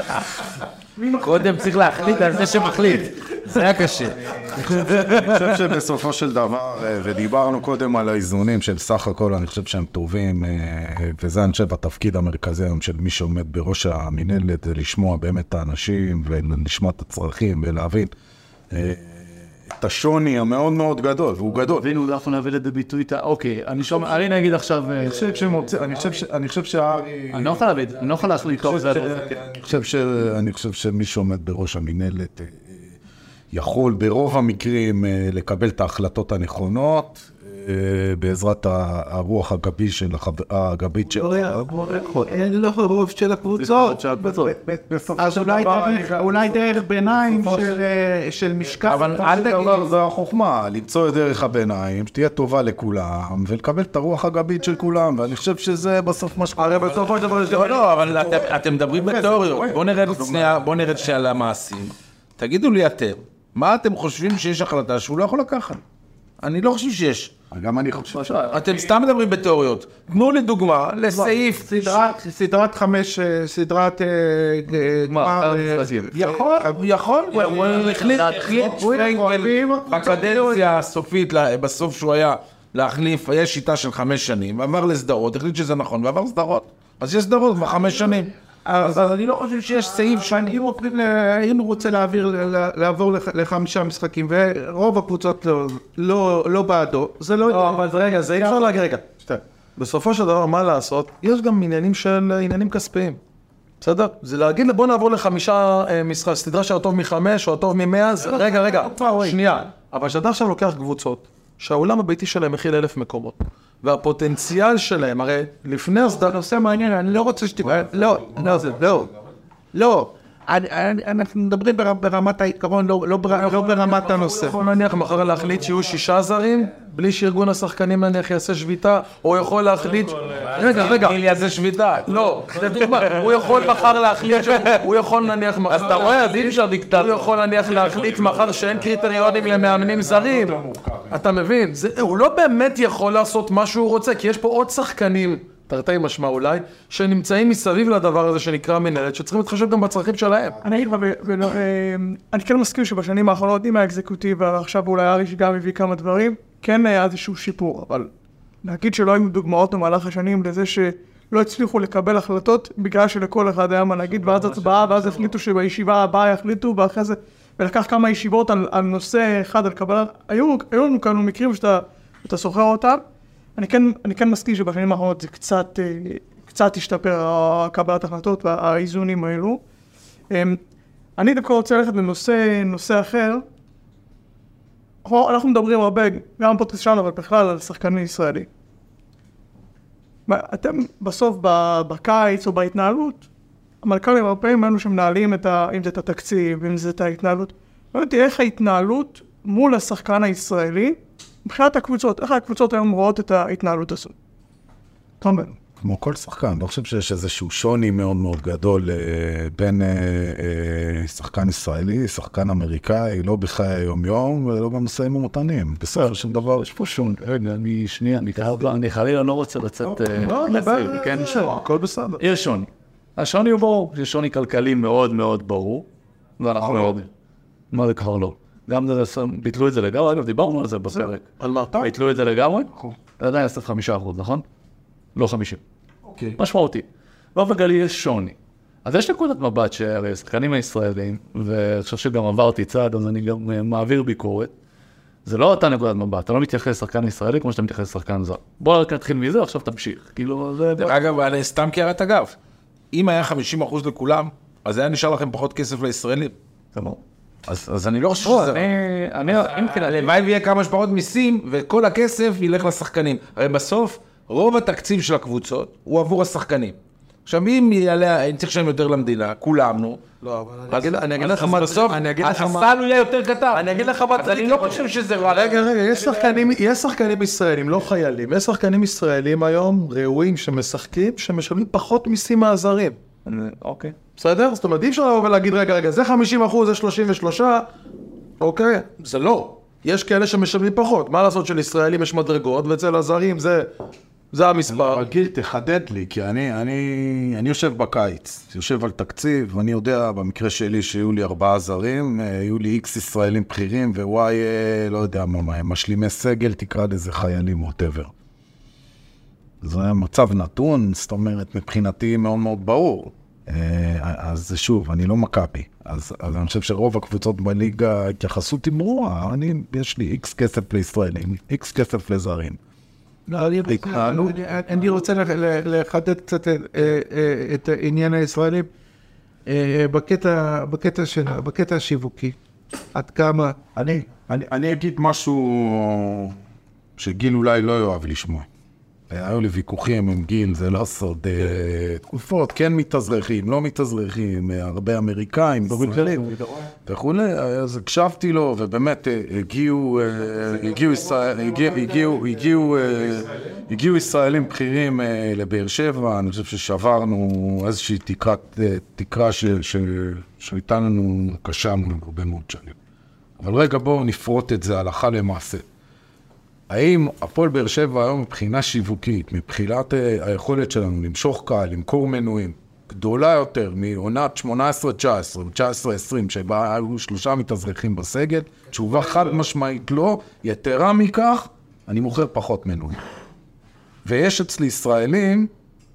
קודם צריך להחליט על זה שמחליט. זה היה קשה. אני חושב שבסופו של דבר, ודיברנו קודם על האיזונים של סך הכל, אני חושב שהם טובים, וזה אני חושב התפקיד המרכזי היום של מי שעומד בראש המנהלת, זה לשמוע באמת את האנשים, ולשמוע את הצרכים, ולהבין את השוני המאוד מאוד גדול, והוא גדול. והנה, אנחנו נביא את הביטוי, אוקיי, אני שומע, אני נגיד עכשיו... אני חושב שמוצא, אני חושב שה... אני לא יכול להביא, אני לא יכול להחליט טוב, זה... אני חושב שמי שעומד בראש המנהלת יכול ברוב המקרים לקבל את ההחלטות הנכונות, בעזרת הרוח הגבי של הגבית של... אין לו רוב של הקבוצות. אז אולי דרך ביניים של משקף. אבל זו החוכמה, למצוא את דרך הביניים, שתהיה טובה לכולם, ולקבל את הרוח הגבית של כולם, ואני חושב שזה בסוף מה שקורה. הרי בסופו של דבר... לא, אבל אתם מדברים בתיאוריות. בואו נרד שנייה למעשים. תגידו לי אתם, מה אתם חושבים שיש החלטה שהוא לא יכול לקחת? אני לא חושב שיש. גם אני חושב. אתם סתם מדברים בתיאוריות. תנו לי דוגמה לסעיף. סדרת חמש, סדרת... יכול, יכול. הוא החליט, בקדנציה הסופית, בסוף שהוא היה להחליף, יש שיטה של חמש שנים, ועבר לסדרות, החליט שזה נכון, ועבר סדרות. אז יש סדרות בחמש שנים. אז אני לא חושב שיש סעיף שהיינו רוצה לעבור לחמישה משחקים, ורוב הקבוצות לא בעדו, זה לא... לא, אבל רגע, זה אי אפשר להגיד, רגע. בסופו של דבר, מה לעשות? יש גם עניינים של עניינים כספיים. בסדר? זה להגיד, בוא נעבור לחמישה משחק, סדרה של הטוב מחמש או הטוב ממאה, רגע, רגע, שנייה. אבל שאתה עכשיו לוקח קבוצות, שהעולם הביתי שלהם מכיל אלף מקומות. והפוטנציאל שלהם, הרי לפני הסדר... נושא מעניין, אני לא רוצה שתקרא... לא, לא, לא, לא. אנחנו מדברים ברמת העיקרון, לא ברמת הנושא. יכול נניח מחר להחליט שיהיו שישה זרים, בלי שארגון השחקנים נניח יעשה שביתה, או יכול להחליט... רגע, רגע. מי יעשה שביתה? לא, זה דוגמה. הוא יכול מחר להחליט... הוא יכול נניח מחר... אז אתה רואה, אז אי אפשר דיקטטור. הוא יכול נניח להחליט מחר שאין קריטריונים למאמנים זרים. אתה מבין? הוא לא באמת יכול לעשות מה שהוא רוצה, כי יש פה עוד שחקנים, תרתי משמע אולי, שנמצאים מסביב לדבר הזה שנקרא מנהלת, שצריכים להתחשב גם בצרכים שלהם. אני אגיד לך, אני כן מסכים שבשנים האחרונות, עם האקזקוטיב, ועכשיו אולי אריש גם הביא כמה דברים, כן היה איזשהו שיפור, אבל להגיד שלא היו דוגמאות במהלך השנים לזה שלא הצליחו לקבל החלטות, בגלל שלכל אחד היה מה להגיד, ואז הצבעה, ואז החליטו שבישיבה הבאה יחליטו, ואחרי זה, ולקח כמה ישיבות על, על נושא אחד, על קבלת, היו, היו לנו כאן מקרים שאתה, אתה סוחר אותם, אני כן, אני כן מסכים שבשנים האחרונות זה קצת, קצת השתפר קבלת החלטות והאיזונים האלו. אני דווקא רוצה ללכת לנושא, נושא אחר. אנחנו מדברים הרבה, גם פודקאסט שלנו, אבל בכלל על שחקנים ישראלי. אתם בסוף בקיץ או בהתנהלות, המלכ"לים הרבה פעמים אלו שמנהלים את ה, אם זה את התקציב, אם זה את ההתנהלות. ראיתי איך ההתנהלות מול השחקן הישראלי, מבחינת הקבוצות, איך הקבוצות היום רואות את ההתנהלות הזאת? תומר. כמו כל שחקן, אני לא חושב שיש איזשהו שוני מאוד מאוד גדול בין שחקן ישראלי, שחקן אמריקאי, לא בחיי היום-יום ולא במשאים ומתנים. בסדר, שום דבר. יש פה שוני, רגע, אני שנייה, אני חלילה לא רוצה לצאת... לא, נבד, כן, הכל בסדר. יש שוני. השוני הוא ברור, יש שוני כלכלי מאוד מאוד ברור, ואנחנו מאוד... מה זה כבר לא? גם זה, ביטלו את זה לגמרי, אגב, דיברנו על זה בפרק. על מה? ביטלו את זה לגמרי? זה עדיין עשרים וחמישה אחוז, נכון? לא חמישים. אוקיי. משמעותי. באופן כללי יש שוני. אז יש נקודת מבט שהרי שחקנים הישראלים, ואני חושב שגם עברתי צעד, אז אני גם מעביר ביקורת, זה לא אותה נקודת מבט, אתה לא מתייחס לשחקן ישראלי כמו שאתה מתייחס לשחקן זר. בוא רק נתחיל מזה, עכשיו תמשיך. כאילו, זה... אגב, אני סתם קראת אגב. אם היה חמישים אחוז לכולם, אז היה נשאר לכם פחות כסף לישראלים. זה לא. אז, אז אני לא חושב שזה... אני, אני, הלוואי ויהיה כמה שפחות מיסים, וכל הכסף ילך לשחקנים. הרי בסוף, רוב התקציב של הקבוצות הוא עבור השחקנים. עכשיו, אם יעלה, אם צריך לשלם יותר למדינה, כולנו... לא, אבל אני אגיד לך מה... בסוף, הסל יהיה יותר קטן. אני אגיד לך מה... אז אני לא חושב שזה רע. רגע, רגע, יש שחקנים, יש שחקנים ישראלים, לא חיילים. יש שחקנים ישראלים היום, ראויים, שמשחקים, שמשלמים פחות מיסים מהזרים. אוקיי. בסדר? זאת אומרת, אי אפשר לבוא ולהגיד, רגע, רגע, זה חמישים אחוז, זה שלושים ושלושה, אוקיי, זה לא. יש כאלה שמשלמים פחות. מה לעשות של ישראלים יש מדרגות, ואצל הזרים זה, זה המספר. אבל גיל, תחדד לי, כי אני, אני, אני יושב בקיץ, יושב על תקציב, ואני יודע במקרה שלי שיהיו לי ארבעה זרים, יהיו לי איקס ישראלים בכירים, ווואי, לא יודע מה, משלימי סגל, תקרא לזה חיילים, whatever. זה מצב נתון, זאת אומרת, מבחינתי מאוד מאוד ברור. אז שוב, אני לא מכבי. אז, אז אני חושב שרוב הקבוצות בליגה התייחסות היא ברורה. אני, יש לי איקס כסף לישראלים, איקס כסף לזרים. לא, אני, אני רוצה לחדד קצת את העניין הישראלים בקטע, בקטע, של, בקטע השיווקי. עד כמה? אני, אני, אני אגיד משהו שגיל אולי לא יאהב לשמוע. היו לי ויכוחים עם גיל, זה לא סוד, תקופות, כן מתאזרחים, לא מתאזרחים, הרבה אמריקאים, ישראלים וכולי, אז הקשבתי לו, ובאמת הגיעו, הגיעו, הגיעו, הגיעו, הגיעו, הגיעו ישראלים בכירים לבאר שבע, אני חושב ששברנו איזושהי תקרת, תקרה שהייתה לנו קשה הרבה מאוד שנים. אבל רגע בואו נפרוט את זה הלכה למעשה. האם הפועל באר שבע היום מבחינה שיווקית, מבחינת היכולת שלנו למשוך קהל, למכור מנויים, גדולה יותר מעונת שמונה עשרה תשע עשרה, תשע עשרה עשרים, שבה היו שלושה מתאזרחים בסגל, תשובה חד משמעית לא, יתרה מכך, אני מוכר פחות מנויים. ויש אצלי ישראלים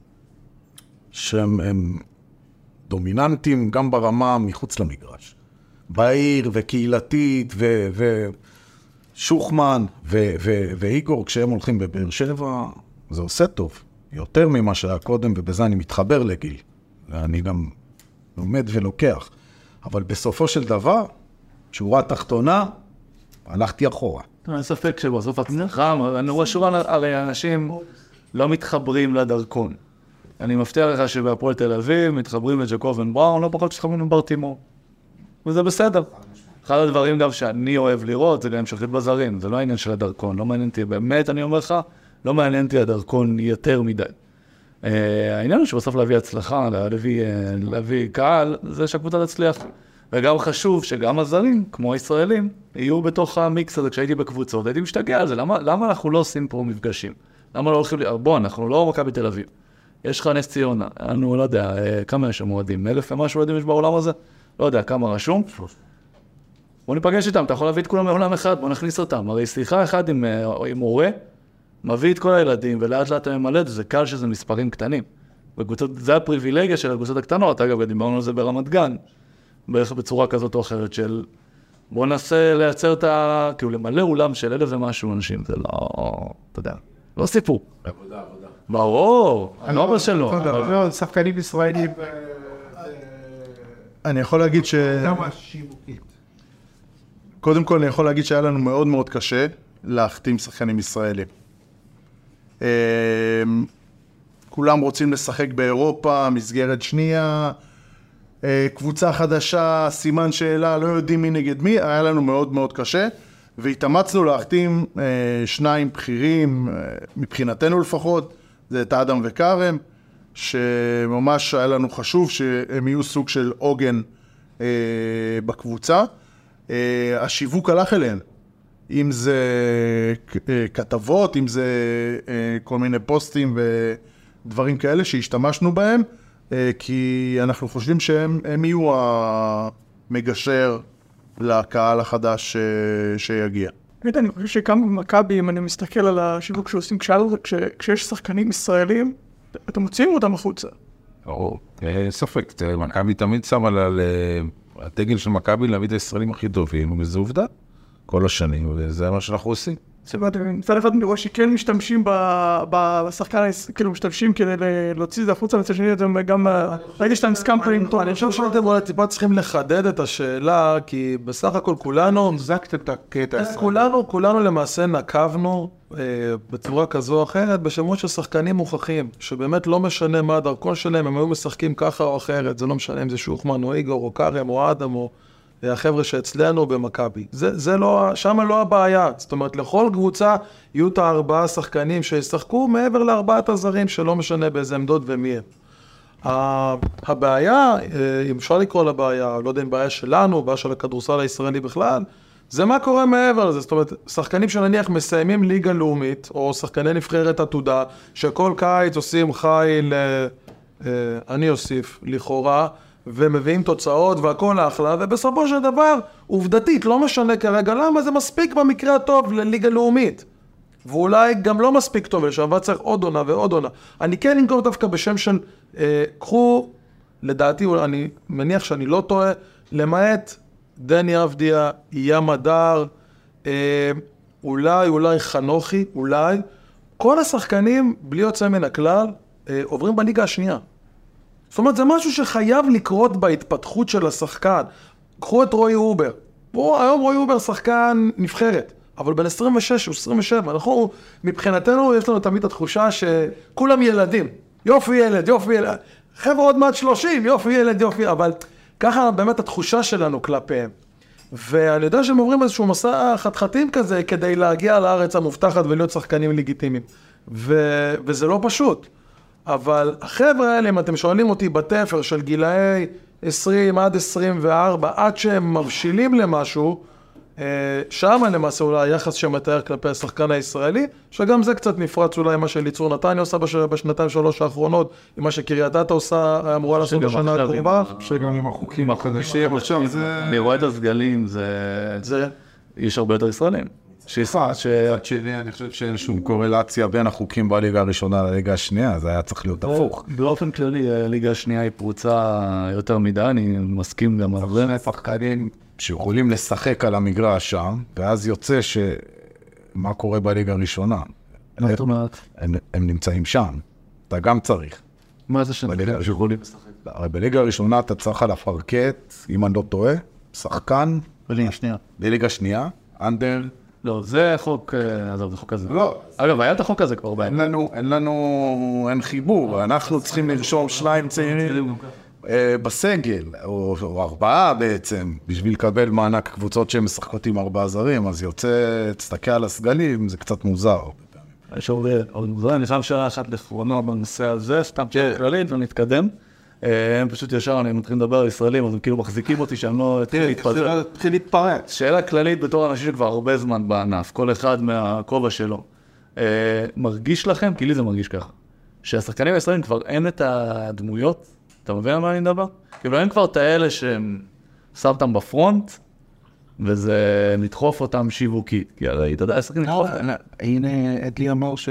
שהם הם דומיננטים גם ברמה מחוץ למגרש. בעיר וקהילתית ו... ו שוחמן ו- ו- ואיגור, כשהם הולכים בבאר שבע, זה עושה טוב. יותר ממה שהיה קודם, ובזה אני מתחבר לגיל. אני גם לומד ולוקח. אבל בסופו של דבר, שורה תחתונה, הלכתי אחורה. אין ספק שבסוף הצלחה, אני רואה שורה, הרי אנשים לא מתחברים לדרכון. אני מבטיח לך שבהפועל תל אביב מתחברים לג'קובן בראון, לא פחות שתחברים לברטימור. וזה בסדר. אחד הדברים גם שאני אוהב לראות, זה גם המשכית בזרים, זה לא העניין של הדרכון, לא מעניין אותי, באמת אני אומר לך, לא מעניין אותי הדרכון יותר מדי. העניין הוא שבסוף להביא הצלחה, להביא, להביא קהל, זה שהקבוצה תצליח. וגם חשוב שגם הזרים, כמו הישראלים, יהיו בתוך המיקס הזה. כשהייתי בקבוצות, הייתי משתגע על זה, למה, למה אנחנו לא עושים פה מפגשים? למה לא הולכים לי, בוא, אנחנו לא מכבי בתל אביב. יש לך נס ציונה, אני לא יודע, כמה יש שם מועדים, אלף ומשהו מועדים יש בעולם הזה? לא יודע, כמה רשום? בוא ניפגש איתם, אתה יכול להביא את כולם מעולם אחד, בוא נכניס אותם. הרי שיחה אחד עם, עם הורה, מביא את כל הילדים, ולאט לאט הם ממלא, זה קל שזה מספרים קטנים. בקבוצות, זה הפריבילגיה של הקבוצות הקטנות, אגב, דיברנו על זה ברמת גן, בערך בצורה כזאת או אחרת של, בוא ננסה לייצר את ה... כאילו למלא אולם של אלף ומשהו אנשים, זה לא, אתה יודע, לא סיפור. עבודה, עבודה. ברור, הנובר שלו. לא, שחקנים ישראלים. אני יכול להגיד ש... כמה שיווקית. קודם כל אני יכול להגיד שהיה לנו מאוד מאוד קשה להחתים שחקנים ישראלים. כולם רוצים לשחק באירופה, מסגרת שנייה, קבוצה חדשה, סימן שאלה, לא יודעים מי נגד מי, היה לנו מאוד מאוד קשה, והתאמצנו להחתים שניים בכירים, מבחינתנו לפחות, זה את אדם וקרם, שממש היה לנו חשוב שהם יהיו סוג של עוגן בקבוצה. השיווק הלך אליהן, אם זה כתבות, אם זה כל מיני פוסטים ודברים כאלה שהשתמשנו בהם, כי אנחנו חושבים שהם יהיו המגשר לקהל החדש שיגיע. אני חושב שגם במכבי, אם אני מסתכל על השיווק שעושים, כשיש שחקנים ישראלים, אתם מוציאים אותם החוצה. או, ספק, מכבי תמיד שם על הדגל של מכבי להביא את הישראלים הכי טובים, וזו עובדה כל השנים, וזה מה שאנחנו עושים. מצד אחד אני רואה שכן משתמשים בשחקן, כאילו משתמשים כדי להוציא את זה החוצה, מצד שני אתם גם, ראיתי שאתם סקמפרים טוב. אני חושב שאתם אולי טיפה צריכים לחדד את השאלה, כי בסך הכל כולנו, זקת את הקטע. כולנו, כולנו למעשה נקבנו בצורה כזו או אחרת, בשמות של שחקנים מוכחים, שבאמת לא משנה מה הדרכון שלהם, הם היו משחקים ככה או אחרת, זה לא משנה אם זה שוחמן או איגור או קרם או אדם או החבר'ה שאצלנו במכבי. זה, זה לא, שמה לא הבעיה. זאת אומרת, לכל קבוצה יהיו את הארבעה שחקנים שישחקו מעבר לארבעת הזרים, שלא משנה באיזה עמדות ומי הם. הבעיה, אם אפשר לקרוא לבעיה, לא יודע אם בעיה שלנו, בעיה של הכדורסל הישראלי בכלל, זה מה קורה מעבר לזה. זאת אומרת, שחקנים שנניח מסיימים ליגה לאומית, או שחקני נבחרת עתודה, שכל קיץ עושים חיל, אני אוסיף, לכאורה, ומביאים תוצאות והכל אחלה, ובסופו של דבר, עובדתית, לא משנה כרגע למה, זה מספיק במקרה הטוב לליגה לאומית. ואולי גם לא מספיק טוב, לשעבר צריך עוד עונה ועוד עונה. אני כן אנקור דווקא בשם של, אה, קחו, לדעתי, אני מניח שאני לא טועה, למעט דני אבדיה, ים הדר, אה, אולי, אולי חנוכי, אולי, כל השחקנים, בלי יוצא מן הכלל, אה, עוברים בליגה השנייה. זאת אומרת, זה משהו שחייב לקרות בהתפתחות של השחקן. קחו את רוי אובר, הוא היום רועי הובר שחקן נבחרת, אבל בין עשרים ושש ו-עשרים ושבע, אנחנו, מבחינתנו יש לנו תמיד התחושה שכולם ילדים, יופי ילד, יופי ילד, חבר'ה עוד מעט שלושים, יופי ילד, יופי, אבל ככה באמת התחושה שלנו כלפיהם. ואני יודע שהם עוברים איזשהו מסע חתחתים כזה, כדי להגיע לארץ המובטחת ולהיות שחקנים לגיטימיים. ו- וזה לא פשוט. אבל החבר'ה האלה, אם אתם שואלים אותי בתפר של גילאי עשרים עד עשרים וארבע, עד שהם מבשילים למשהו, שם למעשה אולי היחס שמתאר כלפי השחקן הישראלי, שגם זה קצת נפרץ אולי מה שליצור נתניה עושה בש... בשנתיים שלוש האחרונות, עם מה שקריית אתא עושה, אמורה לעשות בשנה הקרובה. שגם עם החוקים החדשים, עכשיו זה... אני רואה את הסגלים, זה... יש הרבה יותר ישראלים. שאיפה, שעד שני אני חושב שאין שום קורלציה בין החוקים בליגה הראשונה לליגה השנייה, זה היה צריך להיות הפוך. באופן כללי, הליגה השנייה היא פרוצה יותר מדי, אני מסכים גם על זה. שני שחקנים שיכולים לשחק על המגרש שם, ואז יוצא שמה קורה בליגה הראשונה. מה זאת אומרת? הם, הם נמצאים שם, אתה גם צריך. מה זה שאני שיכולים לשחק? הרי בליגה הראשונה אתה צריך על הפרקט, אם אני לא טועה, שחקן. בליגה שנייה. בליגה שנייה, אנדר. לא, זה חוק, עזוב, זה חוק הזה. לא. אגב, היה את החוק הזה כבר בעיה. אין לנו, אין לנו, אין חיבור, אנחנו צריכים לרשום שניים צעירים בסגל, או, או ארבעה בעצם, בשביל לקבל מענק קבוצות שהן משחקות עם ארבעה זרים, אז יוצא, תסתכל על הסגלים, זה קצת מוזר. יש עוד מוזר, אני חייב שאלה אחת לכרונה בנושא הזה, סתם שאלה כללית ונתקדם. הם פשוט ישר, אני מתחיל לדבר על ישראלים, אז הם כאילו מחזיקים אותי שאני לא התחיל להתפרץ. שאלה כללית בתור אנשים שכבר הרבה זמן בענף, כל אחד מהכובע שלו. מרגיש לכם, כי לי זה מרגיש ככה, שהשחקנים הישראלים כבר אין את הדמויות, אתה מבין על מה אני מדבר? כאילו אין כבר את האלה שהם שם אותם בפרונט, וזה לדחוף אותם שיווקית, כי הרי אתה יודע, השחקנים לדחוף אותם. הנה, אדלי אמר ש...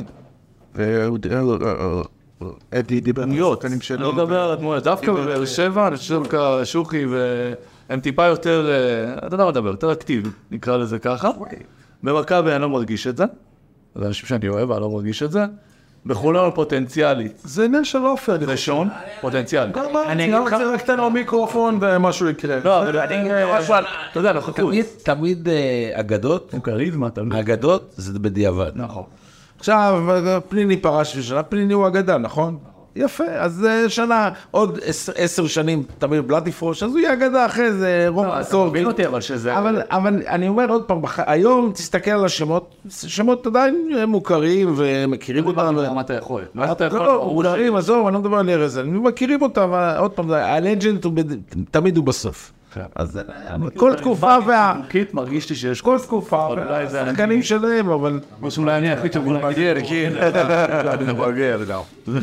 אדי דיברניות, אני משלם. לא מדבר על הדמויות, דווקא בבאר שבע, אני חושב שוקי והם טיפה יותר, אתה יודע מה מדבר, יותר אקטיבי, נקרא לזה ככה. במכבי אני לא מרגיש את זה, זה אנשים שאני אוהב, אני לא מרגיש את זה. בחולון פוטנציאלית. זה עניין של אופר. ראשון, פוטנציאלית. אני רוצה רק תן לו מיקרופון ומשהו יקרה. לא, אבל אני... אתה יודע, אנחנו תמיד אגדות, תמיד אגדות זה בדיעבד. נכון. עכשיו, פליני פרש בשנה, פליני הוא אגדה, נכון? יפה, אז שנה, עוד עשר שנים, תמיר בלאטיפרוש, אז הוא יהיה אגדה אחרי זה, רוב עשור. מבין אותי, אבל שזה... אבל אני אומר עוד פעם, היום תסתכל על השמות, שמות עדיין מוכרים ומכירים אותם. מה אתה יכול? מה אתה יכול? לא, מוכרים, עזוב, אני לא מדבר על ארז, אני מכירים אותם, עוד פעם, הלג'נד תמיד הוא בסוף. אז כל תקופה וה... קיט מרגיש לי שיש כל תקופה, השחקנים שלהם, אבל... משהו אולי אני הכי טוב להגיע, אני מבגר, לא.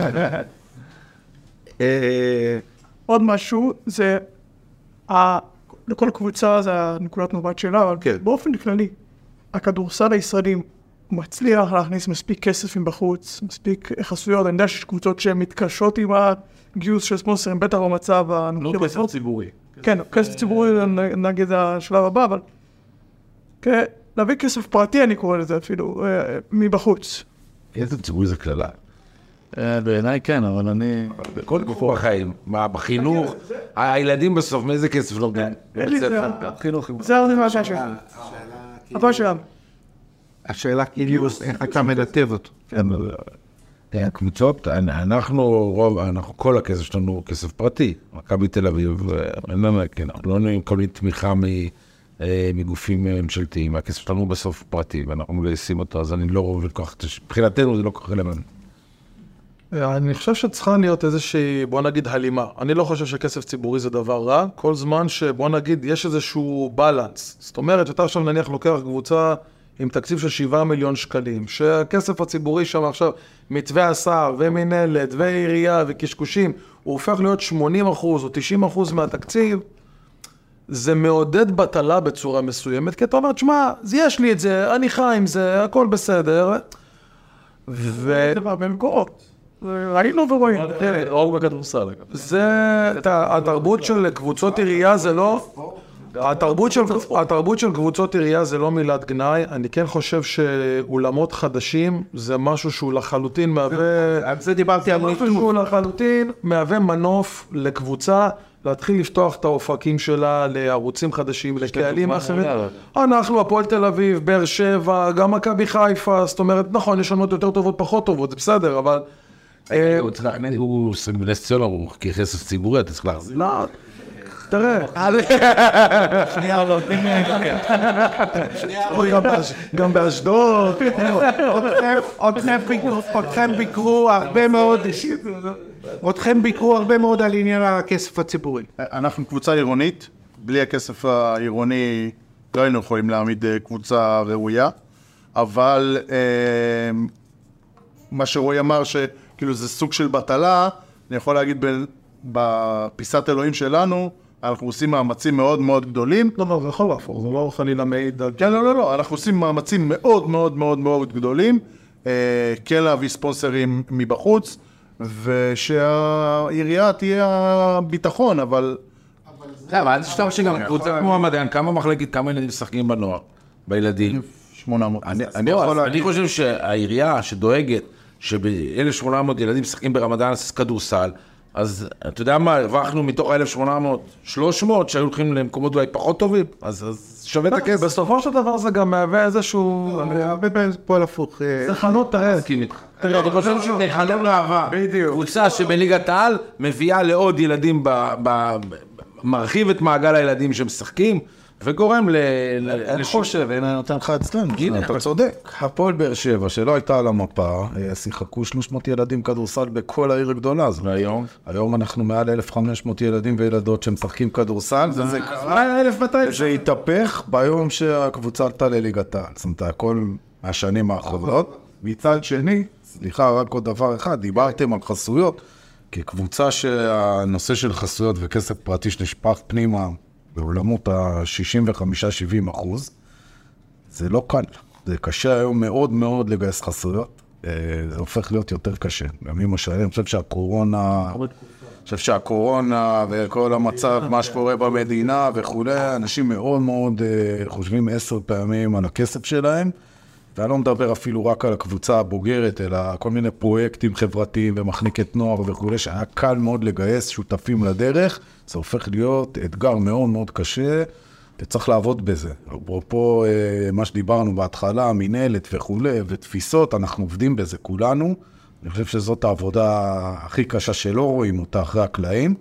עוד משהו, זה... לכל קבוצה זה הנקודת מבט שלה, אבל באופן כללי, הכדורסל הישראלי מצליח להכניס מספיק כסף מבחוץ, מספיק חסויות, אני יודע שיש קבוצות שהן מתקשות עם הגיוס של ספונסרים, בטח במצב... לא כסף ציבורי. כן, כסף ציבורי נגיד השלב הבא, אבל להביא כסף פרטי אני קורא לזה אפילו, מבחוץ. כסף ציבורי זה כללה. בעיניי כן, אבל אני... בכל תקופה בחיים, בחינוך, הילדים בסוף, מאיזה כסף לא גן? זה הרבה מה שהשאלה. הבא שלנו. השאלה כאילו, איך אתה מדטב אותו? הקבוצות, אנחנו רוב, אנחנו כל הכסף שלנו כסף פרטי, מכבי תל אביב, אנחנו לא מקבלים תמיכה מגופים ממשלתיים, הכסף שלנו בסוף פרטי, ואנחנו מגייסים אותו, אז אני לא רואה כל כך, מבחינתנו זה לא כל כך רלוונטי. אני חושב שצריכה להיות איזושהי, בוא נגיד, הלימה. אני לא חושב שכסף ציבורי זה דבר רע, כל זמן שבוא נגיד, יש איזשהו בלנס. זאת אומרת, שאתה עכשיו נניח לוקח קבוצה עם תקציב של שבעה מיליון שקלים, שהכסף הציבורי שם עכשיו, מתווה השר ומנהלת ועירייה וקשקושים, הוא הופך להיות שמונים אחוז או תשעים אחוז מהתקציב, זה מעודד בטלה בצורה מסוימת, כי אתה אומר, תשמע, יש לי את זה, אני חי עם זה, הכל בסדר. ו... דבר במקורות. ראינו ורואים. רוב בכדורסל. זה, התרבות של קבוצות עירייה זה לא... התרבות של, התרבות של קבוצות עירייה זה לא מילת גנאי, אני כן חושב שאולמות חדשים זה משהו שהוא לחלוטין מהווה... על זה דיברתי על משהו שהוא לחלוטין מהווה מנוף לקבוצה, להתחיל לפתוח את האופקים שלה לערוצים חדשים, לקהלים אחרים. אנחנו, הפועל תל אביב, באר שבע, גם מכבי חיפה, זאת אומרת, נכון, יש לנו יותר טובות, פחות טובות, זה בסדר, אבל... הוא סגמנסציון, הוא ככסף ציבורי, אתה צריך להחזיר. לא, תראה. שנייה, לא, תני לי... גם באשדוד. אתכם ביקרו הרבה מאוד... אתכם ביקרו הרבה מאוד על עניין הכסף הציבורי. אנחנו קבוצה עירונית, בלי הכסף העירוני לא היינו יכולים להעמיד קבוצה ראויה, אבל מה שרועי אמר שכאילו זה סוג של בטלה, אני יכול להגיד בפיסת אלוהים שלנו, אנחנו עושים מאמצים מאוד מאוד גדולים. לא, לא, זה יכול להפוך, זה לא חלילה מעיד על... כן, לא, לא, לא, אנחנו עושים מאמצים מאוד מאוד מאוד מאוד גדולים, כן להביא ספונסרים מבחוץ, ושהעירייה תהיה הביטחון, אבל... אבל אל תשתמש שגם קבוצה כמו המדען, כמה מחלקת, כמה ילדים משחקים בנוער, בילדים? שמונה מאות. אני חושב שהעירייה שדואגת שב-אלף ושמונה מאות ילדים משחקים ברמדאן כדורסל, אז אתה יודע מה, הרווחנו מתוך אלף ושמונה מאות, שלוש מאות שהיו הולכים למקומות אולי פחות טובים, אז שווה את הכסף. בסופו של דבר זה גם מהווה איזשהו... הרבה פעמים זה פועל הפוך. זה חנות תראה. תראה, אני חושב שזה חלב ראווה. בדיוק. קבוצה שבליגת העל מביאה לעוד ילדים, מרחיב את מעגל הילדים שמשחקים, וגורם ל... אני חושב, הנה נותן לך אצלנו, אתה צודק. הפועל באר שבע, שלא הייתה על המפה, שיחקו שלוש מאות ילדים כדורסל בכל העיר הגדולה הזאת. והיום? היום אנחנו מעל אלף וחמש מאות ילדים וילדות שמשחקים כדורסל, וזה קרה אלף מאתיים. זה התהפך ביום שהקבוצה עלתה לליגת העל. זאת אומרת, הכל מהשנים האחרונות. מצד שני, סליחה, רק עוד דבר אחד, דיברתם על חסויות, כקבוצה שהנושא של חסויות וכסף פרטי שנשפך פנימה, בעולמות ה-שישים וחמישה שבעים אחוז, זה לא קל. זה קשה היום מאוד מאוד לגייס חסויות. זה הופך להיות יותר קשה. גם עם השנים, אני חושב שהקורונה, אני חושב שהקורונה וכל המצב, מה שקורה במדינה וכו', אנשים מאוד מאוד חושבים עשר פעמים על הכסף שלהם, ואני לא מדבר אפילו רק על הקבוצה הבוגרת, אלא כל מיני פרויקטים חברתיים ומחניקת נוער וכו', שהיה קל מאוד לגייס שותפים לדרך, זה הופך להיות אתגר מאוד מאוד קשה, וצריך לעבוד בזה. אפרופו מה שדיברנו בהתחלה, מנהלת וכו', ותפיסות, אנחנו עובדים בזה כולנו. אני חושב שזאת העבודה הכי קשה שלא רואים אותה אחרי הקלעים.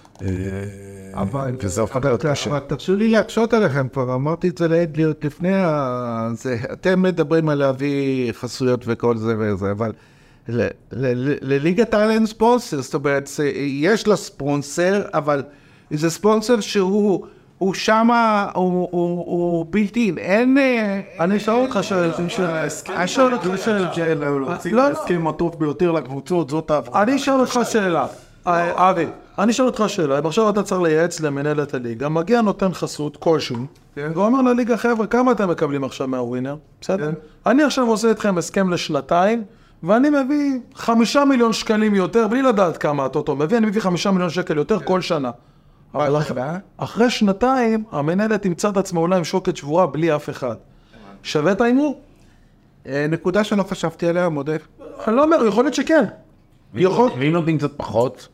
וזה הופך להיות קשה. אבל תרשו לי להקשות עליכם כבר, אמרתי את זה לאדליות לפני, אתם מדברים על להביא חסויות וכל זה וזה, אבל לליגת העל אין ספונסר, זאת אומרת, יש לה ספונסר, אבל זה ספונסר שהוא שמה, הוא בלתי, אין... אני אשאל אותך שאלה, אני אשאל אותך שאלה, לא הסכים הטוב ביותר לקבוצות, זאת העבודה. אני אשאל אותך שאלה, אבי, אני אשאל אותך שאלה, עכשיו אתה צריך לייעץ למנהלת הליגה, מגיע נותן חסות כלשהו, ואומר לליגה, חבר'ה, כמה אתם מקבלים עכשיו מהווינר? בסדר? אני עכשיו עושה אתכם הסכם לשנתיים, ואני מביא חמישה מיליון שקלים יותר, בלי לדעת כמה הטוטו מביא, אני מביא חמישה מיליון שקל יותר כל שנה. אבל אחרי שנתיים, המנהלת תמצא את עצמה אולי עם שוקת שבורה בלי אף אחד. שווה את האימור? נקודה שלא חשבתי עליה, מודה. אני לא אומר, יכול להיות שכן. ואם נותנים קצת פחות,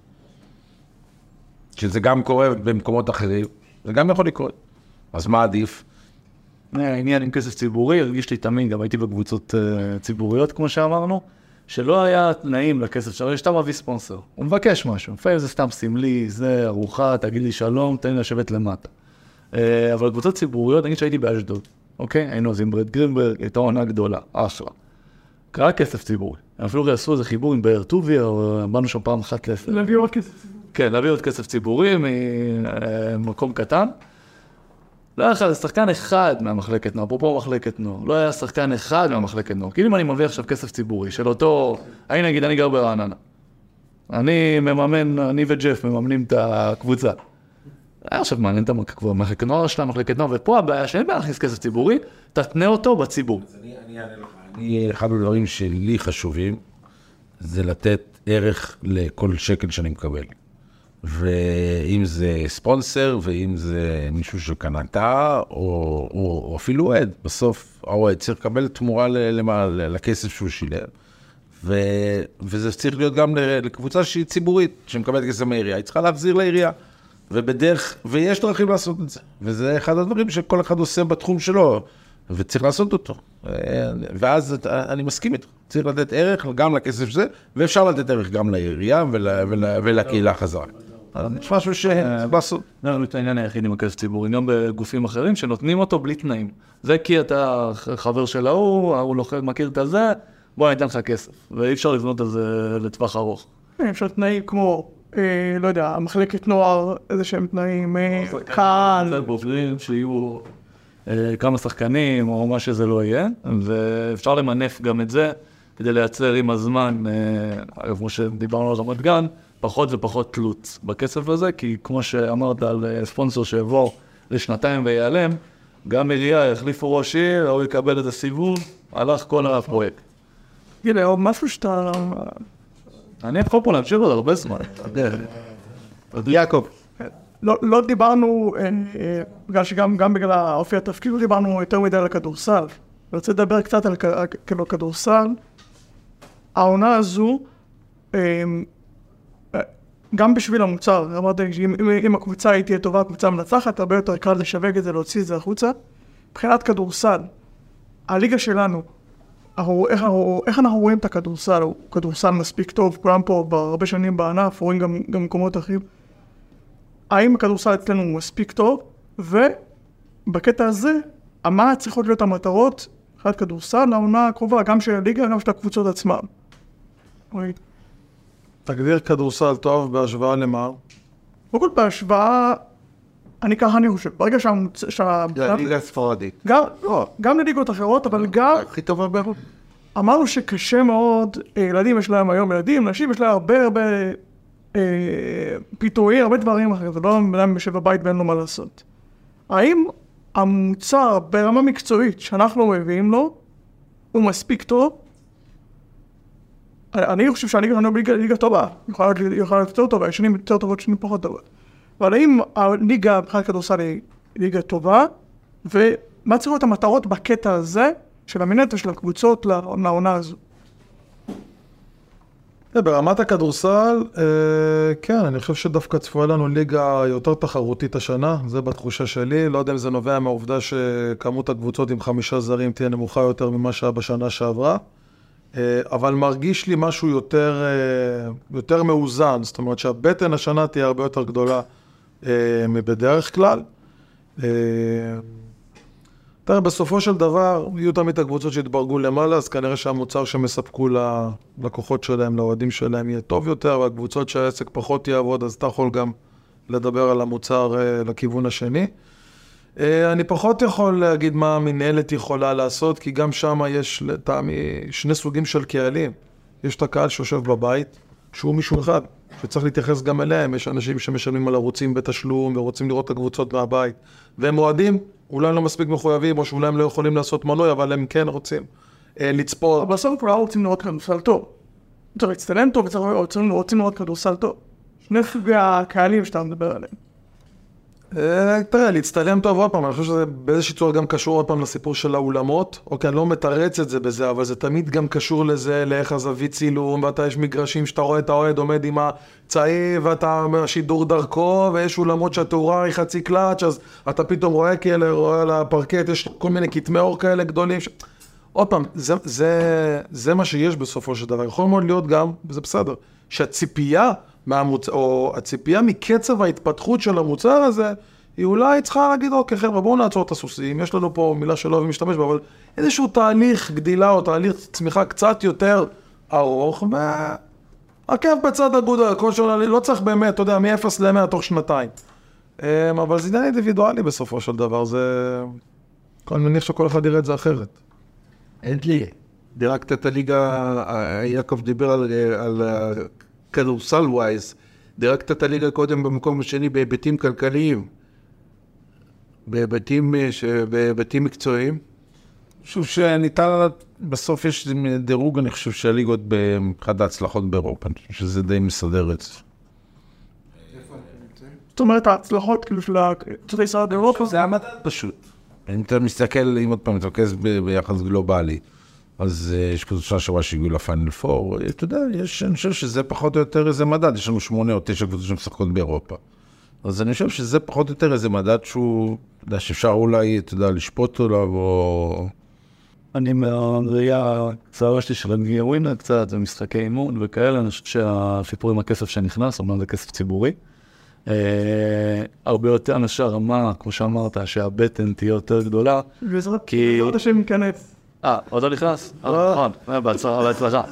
שזה גם קורה במקומות אחרים, זה גם יכול לקרות. אז מה עדיף? העניין עם כסף ציבורי, הרגיש לי תמיד, גם הייתי בקבוצות ציבוריות, כמו שאמרנו, שלא היה תנאים לכסף שלו, שאתה מביא ספונסר. הוא מבקש משהו, לפעמים זה סתם סמלי, זה ארוחה, תגיד לי שלום, תן לי לשבת למטה. אבל קבוצות ציבוריות, נגיד שהייתי באשדוד, אוקיי? היינו אז עם ברד גרינברג, הייתה עונה גדולה, אחלה. קרה כסף ציבורי. אפילו עשו איזה חיבור עם באר טוביה, או באנו שם פעם אחת לסר. להביא עוד כסף ציבורי. כן, להביא עוד כסף ציבורי ממקום קטן. לא היה לך שחקן אחד מהמחלקת נוער, אפרופו מחלקת נוער, לא היה שחקן אחד מהמחלקת נוער. כאילו אם אני מביא עכשיו כסף ציבורי של אותו, אני נגיד, אני גר ברעננה. אני מממן, אני וג'ף מממנים את הקבוצה. היה עכשיו מעניין את המחלקת נוער שלה, מחלקת נוער, ופה הבעיה שאין בעיה להכניס כסף ציבורי, תתנה אותו בציבור. אז אני, אני אענה לך. אני, אחד הדברים שלי חשובים, זה לתת ערך לכל שקל שאני מקבל. ואם זה ספונסר, ואם זה מישהו שקנתה, או, או, או אפילו אוהד, בסוף האוהד צריך לקבל תמורה למה, לכסף שהוא שילם, ו, וזה צריך להיות גם לקבוצה שהיא ציבורית, שמקבלת כסף מהעירייה, היא צריכה להחזיר לעירייה, ובדרך, ויש דרכים לעשות את זה, וזה אחד הדברים שכל אחד עושה בתחום שלו, וצריך לעשות אותו, ואז אני מסכים איתו, צריך לתת ערך גם לכסף שזה, ואפשר לתת ערך גם לעירייה ול, ול, ולקהילה חזרה. יש משהו שבעשו. לא, לא, את העניין היחיד עם הכסף ציבורי, גם בגופים אחרים שנותנים אותו בלי תנאים. זה כי אתה חבר של ההוא, ההוא לוחד מכיר את הזה, בוא ניתן לך כסף, ואי אפשר לבנות את זה לטווח ארוך. אפשר תנאים כמו, לא יודע, מחלקת נוער, איזה שהם תנאים, קהל. בוגרים שיהיו כמה שחקנים או מה שזה לא יהיה, ואפשר למנף גם את זה, כדי לייצר עם הזמן, כמו שדיברנו על רמת גן, פחות ופחות תלות בכסף הזה, כי כמו שאמרת על ספונסר שיבוא לשנתיים ויעלם, גם עירייה יחליפו ראש עיר, או יקבל את הסיבוב, הלך כל הפרויקט. הנה, עוד משהו שאתה... אני יכול פה להמשיך עוד הרבה זמן. יעקב. לא, לא דיברנו, בגלל שגם גם בגלל האופי התפקיד, לא דיברנו יותר מדי על הכדורסל. אני רוצה לדבר קצת על כדורסל. העונה הזו, גם בשביל המוצר, אמרתי, אם, אם הקבוצה היא תהיה טובה, הקבוצה מנצחת, הרבה יותר קל לשווק את זה, להוציא את זה החוצה. מבחינת כדורסל, הליגה שלנו, איך, איך אנחנו רואים את הכדורסל? הוא כדורסל מספיק טוב, כולם פה בהרבה שנים בענף, רואים גם, גם מקומות אחרים. האם הכדורסל אצלנו הוא מספיק טוב? ובקטע הזה, מה צריכות להיות המטרות? מבחינת כדורסל, לעונה הקרובה, גם של הליגה, גם של הקבוצות עצמם. תגדיר כדורסל טוב בהשוואה למה? קודם כל בהשוואה, אני ככה אני חושב, ברגע שה... לליגה הספרדית. גם, לא, גם לליגות אחרות, אבל גם... הכי טובה באירופה. אמרנו שקשה מאוד, ילדים יש להם היום ילדים, נשים יש להם הרבה הרבה פיתויים, הרבה דברים אחרים, זה לא אדם יושב בבית ואין לו מה לעשות. האם המוצר ברמה מקצועית שאנחנו מביאים לו, הוא מספיק טוב? אני חושב שהליגה שלנו היא ליגה טובה, יכולה להיות יותר טובה, יש שנים יותר טובות, שנים פחות טובות. אבל האם הליגה מבחינת כדורסל היא ליגה טובה, ומה צריכות להיות המטרות בקטע הזה של המנטה של הקבוצות לעונה הזו? ברמת הכדורסל, כן, אני חושב שדווקא צפויה לנו ליגה יותר תחרותית השנה, זה בתחושה שלי, לא יודע אם זה נובע מהעובדה שכמות הקבוצות עם חמישה זרים תהיה נמוכה יותר ממה שהיה בשנה שעברה, אבל מרגיש לי משהו יותר, יותר מאוזן, זאת אומרת שהבטן השנה תהיה הרבה יותר גדולה מבדרך כלל. תראה, בסופו של דבר, יהיו תמיד הקבוצות שהתברגו למעלה, אז כנראה שהמוצר שמספקו ללקוחות שלהם, לאוהדים שלהם, יהיה טוב יותר, והקבוצות שהעסק פחות יעבוד, אז אתה יכול גם לדבר על המוצר לכיוון השני. אני פחות יכול להגיד מה המנהלת יכולה לעשות, כי גם שם יש לטעמי שני סוגים של קהלים. יש את הקהל שיושב בבית, שהוא מישהו אחד, שצריך להתייחס גם אליהם. יש אנשים שמשלמים על ערוצים בתשלום, ורוצים לראות את הקבוצות מהבית. והם מועדים, אולי לא מספיק מחויבים, או שאולי הם לא יכולים לעשות מנוי, אבל הם כן רוצים אה, לצפות. אבל בסוף כולם רוצים לראות כדורסל טוב. צריך להצטלם טוב, וצריכים רוצים לראות כדורסל טוב. שני סוגי הקהלים שאתה מדבר עליהם. תראה, להצטלם טוב עוד פעם, אני חושב שזה באיזושהי צורה גם קשור עוד פעם לסיפור של האולמות, אוקיי, אני לא מתרץ את זה בזה, אבל זה תמיד גם קשור לזה, לאיך הזווית צילום, ואתה יש מגרשים שאתה רואה את האוהד עומד עם הצעיב, ואתה שידור דרכו, ויש אולמות שהתאורה היא חצי קלאץ', אז אתה פתאום רואה כאלה, רואה על הפרקט, יש כל מיני כתמי אור כאלה גדולים. ש... עוד פעם, זה, זה, זה מה שיש בסופו של דבר, יכול מאוד להיות גם, וזה בסדר, שהציפייה מהמוצ... או הציפייה מקצב ההתפתחות של המוצר הזה, היא אולי צריכה להגיד, אוקיי חבר'ה, בואו נעצור את הסוסים, יש לנו פה מילה שלא ומשתמש בה, אבל איזשהו תהליך גדילה או תהליך צמיחה קצת יותר ארוך, ועקב בצד אגודל, כל שונה, לא צריך באמת, אתה יודע, מ-אפס ל-מאה תוך שנתיים. אבל זה עניין אינדיבידואלי בסופו של דבר, זה... אני מניח שכל אחד יראה את זה אחרת. אין לי. דירקת את הליגה, יעקב דיבר על... על... כדורסל ווייז, דירקת את הליגה קודם במקום השני בהיבטים כלכליים, בהיבטים, בהיבטים מקצועיים. אני חושב שניתן, בסוף יש דירוג, אני חושב שהליגות באחד ההצלחות באירופה, אני חושב שזה די מסדר את זה. זאת אומרת, ההצלחות כאילו של קבוצות הישראליות באירופה. זה המדד פשוט. אם אתה מסתכל, אם עוד פעם מתרכז ביחס גלובלי, אז יש קבוצה שווה שהגיעו לפיינל פור, אתה יודע, יש, אני חושב שזה פחות או יותר איזה מדד, יש לנו שמונה או תשע קבוצות שמשחקות באירופה. אז אני חושב שזה פחות או יותר איזה מדד שהוא, אתה יודע, שאפשר אולי, אתה יודע, לשפוט עליו, או... אני מהראייה קצרה שלי של אנגליה ווינר קצת, זה משחקי אימון וכאלה, אני חושב שהסיפור עם הכסף שנכנס, אומנם זה כסף ציבורי. הרבה יותר אנשי הרמה, כמו שאמרת, שהבטן תהיה יותר גדולה. כי... בעזרת השם ייכנס. אה, עוד לא נכנס? נכון, בהצלחה.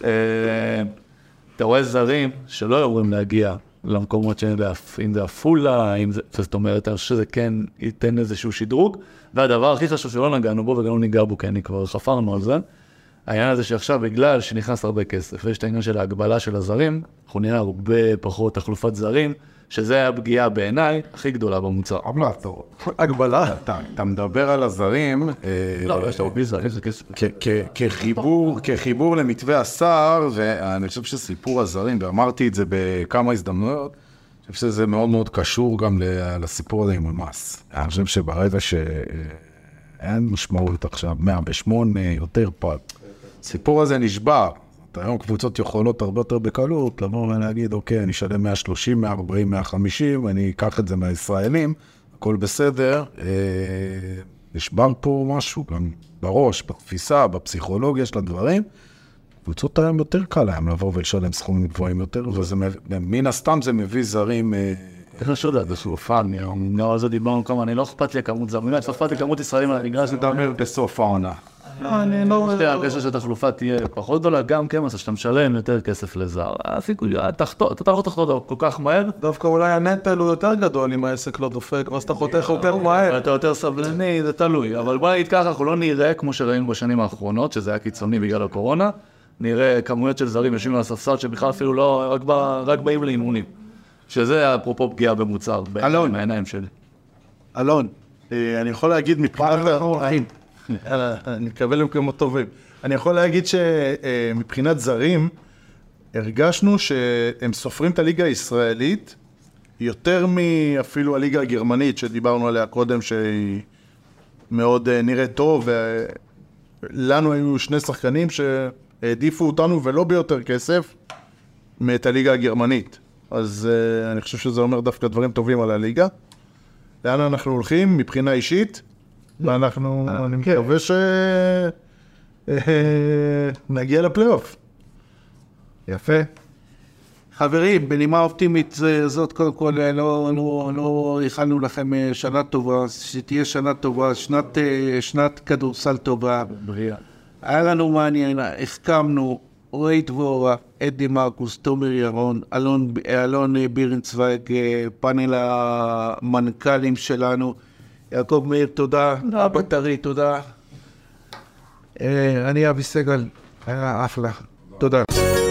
אתה רואה זרים שלא אמורים להגיע למקומות אם זה אפולה, זאת אומרת, שזה כן ייתן איזשהו שדרוג, והדבר הכי חשוב שלא נגענו בו, וגם לא ניגע בו, כי אני כבר חפרנו על זה, העניין הזה שעכשיו, בגלל שנכנס הרבה כסף, ויש את העניין של ההגבלה של הזרים, אנחנו נראה הרבה פחות תחלופת זרים, שזה הפגיעה בעיניי הכי גדולה במוצר. אבל הגבלה, אתה מדבר על הזרים, לא, יש לו ביזה, יש לו כסף. כחיבור למתווה השר, ואני חושב שסיפור הזרים, ואמרתי את זה בכמה הזדמנויות, אני חושב שזה מאוד מאוד קשור גם לסיפור הזה עם המס. אני חושב שברגע שאין משמעות עכשיו, מאה ושמונה, יותר פעם, הסיפור הזה נשבר. היום קבוצות יכולות הרבה יותר בקלות, לבוא ולהגיד, אוקיי, אני אשלם מאה ושלושים, מאה וארבעים, מאה וחמישים, אני אקח את זה מהישראלים, הכל בסדר. נשבר פה משהו, גם בראש, בתפיסה, בפסיכולוגיה של הדברים. קבוצות היום יותר קל להם לבוא ולשלם סכומים גבוהים יותר, ומן הסתם זה מביא זרים... איך לשאול את זה שהוא פאני, על זה דיברנו כמה, אני לא אכפת לי כמות זרים, לא אכפת לי כמות ישראלים על המגרש. זה דבר בסוף העונה. אני לא... שתי הקשר שהתחלופה תהיה פחות גדולה, גם כמס, שאתה משלם יותר כסף לזר. הסיכוי, אתה תחתות תחתות כל כך מהר. דווקא אולי הנטל הוא יותר גדול אם העסק לא דופק, ואז אתה חותך יותר מהר. אתה יותר סבלני, זה תלוי. אבל בוא נגיד ככה, אנחנו לא נראה כמו שראינו בשנים האחרונות, שזה היה קיצוני בגלל הקורונה, נראה כמויות של זרים יושבים על הספסל שבכלל אפילו לא, רק באים לאימונים. שזה אפרופו פגיעה במוצר, מהעיניים שלי. אלון, אני יכול להגיד מבחינת... אני מקבל למקומות טובים. אני יכול להגיד שמבחינת זרים, הרגשנו שהם סופרים את הליגה הישראלית יותר מאפילו הליגה הגרמנית שדיברנו עליה קודם, שהיא מאוד נראית טוב, ולנו היו שני שחקנים שהעדיפו אותנו ולא ביותר כסף מאת הליגה הגרמנית. אז אני חושב שזה אומר דווקא דברים טובים על הליגה. לאן אנחנו הולכים מבחינה אישית? ואנחנו, אני מקווה שנגיע לפלייאוף. יפה. חברים, בנימה אופטימית זאת, קודם כל, לא איחלנו לכם שנה טובה, שתהיה שנה טובה, שנת כדורסל טובה. היה לנו מעניין, הסכמנו, רועי דבורה, אדי מרקוס, תומר ירון, אלון בירנצוויג, פאנל המנכ"לים שלנו, יעקב מאיר, תודה. אבא טרי, תודה. אני אבי סגל, היה אחלה. תודה.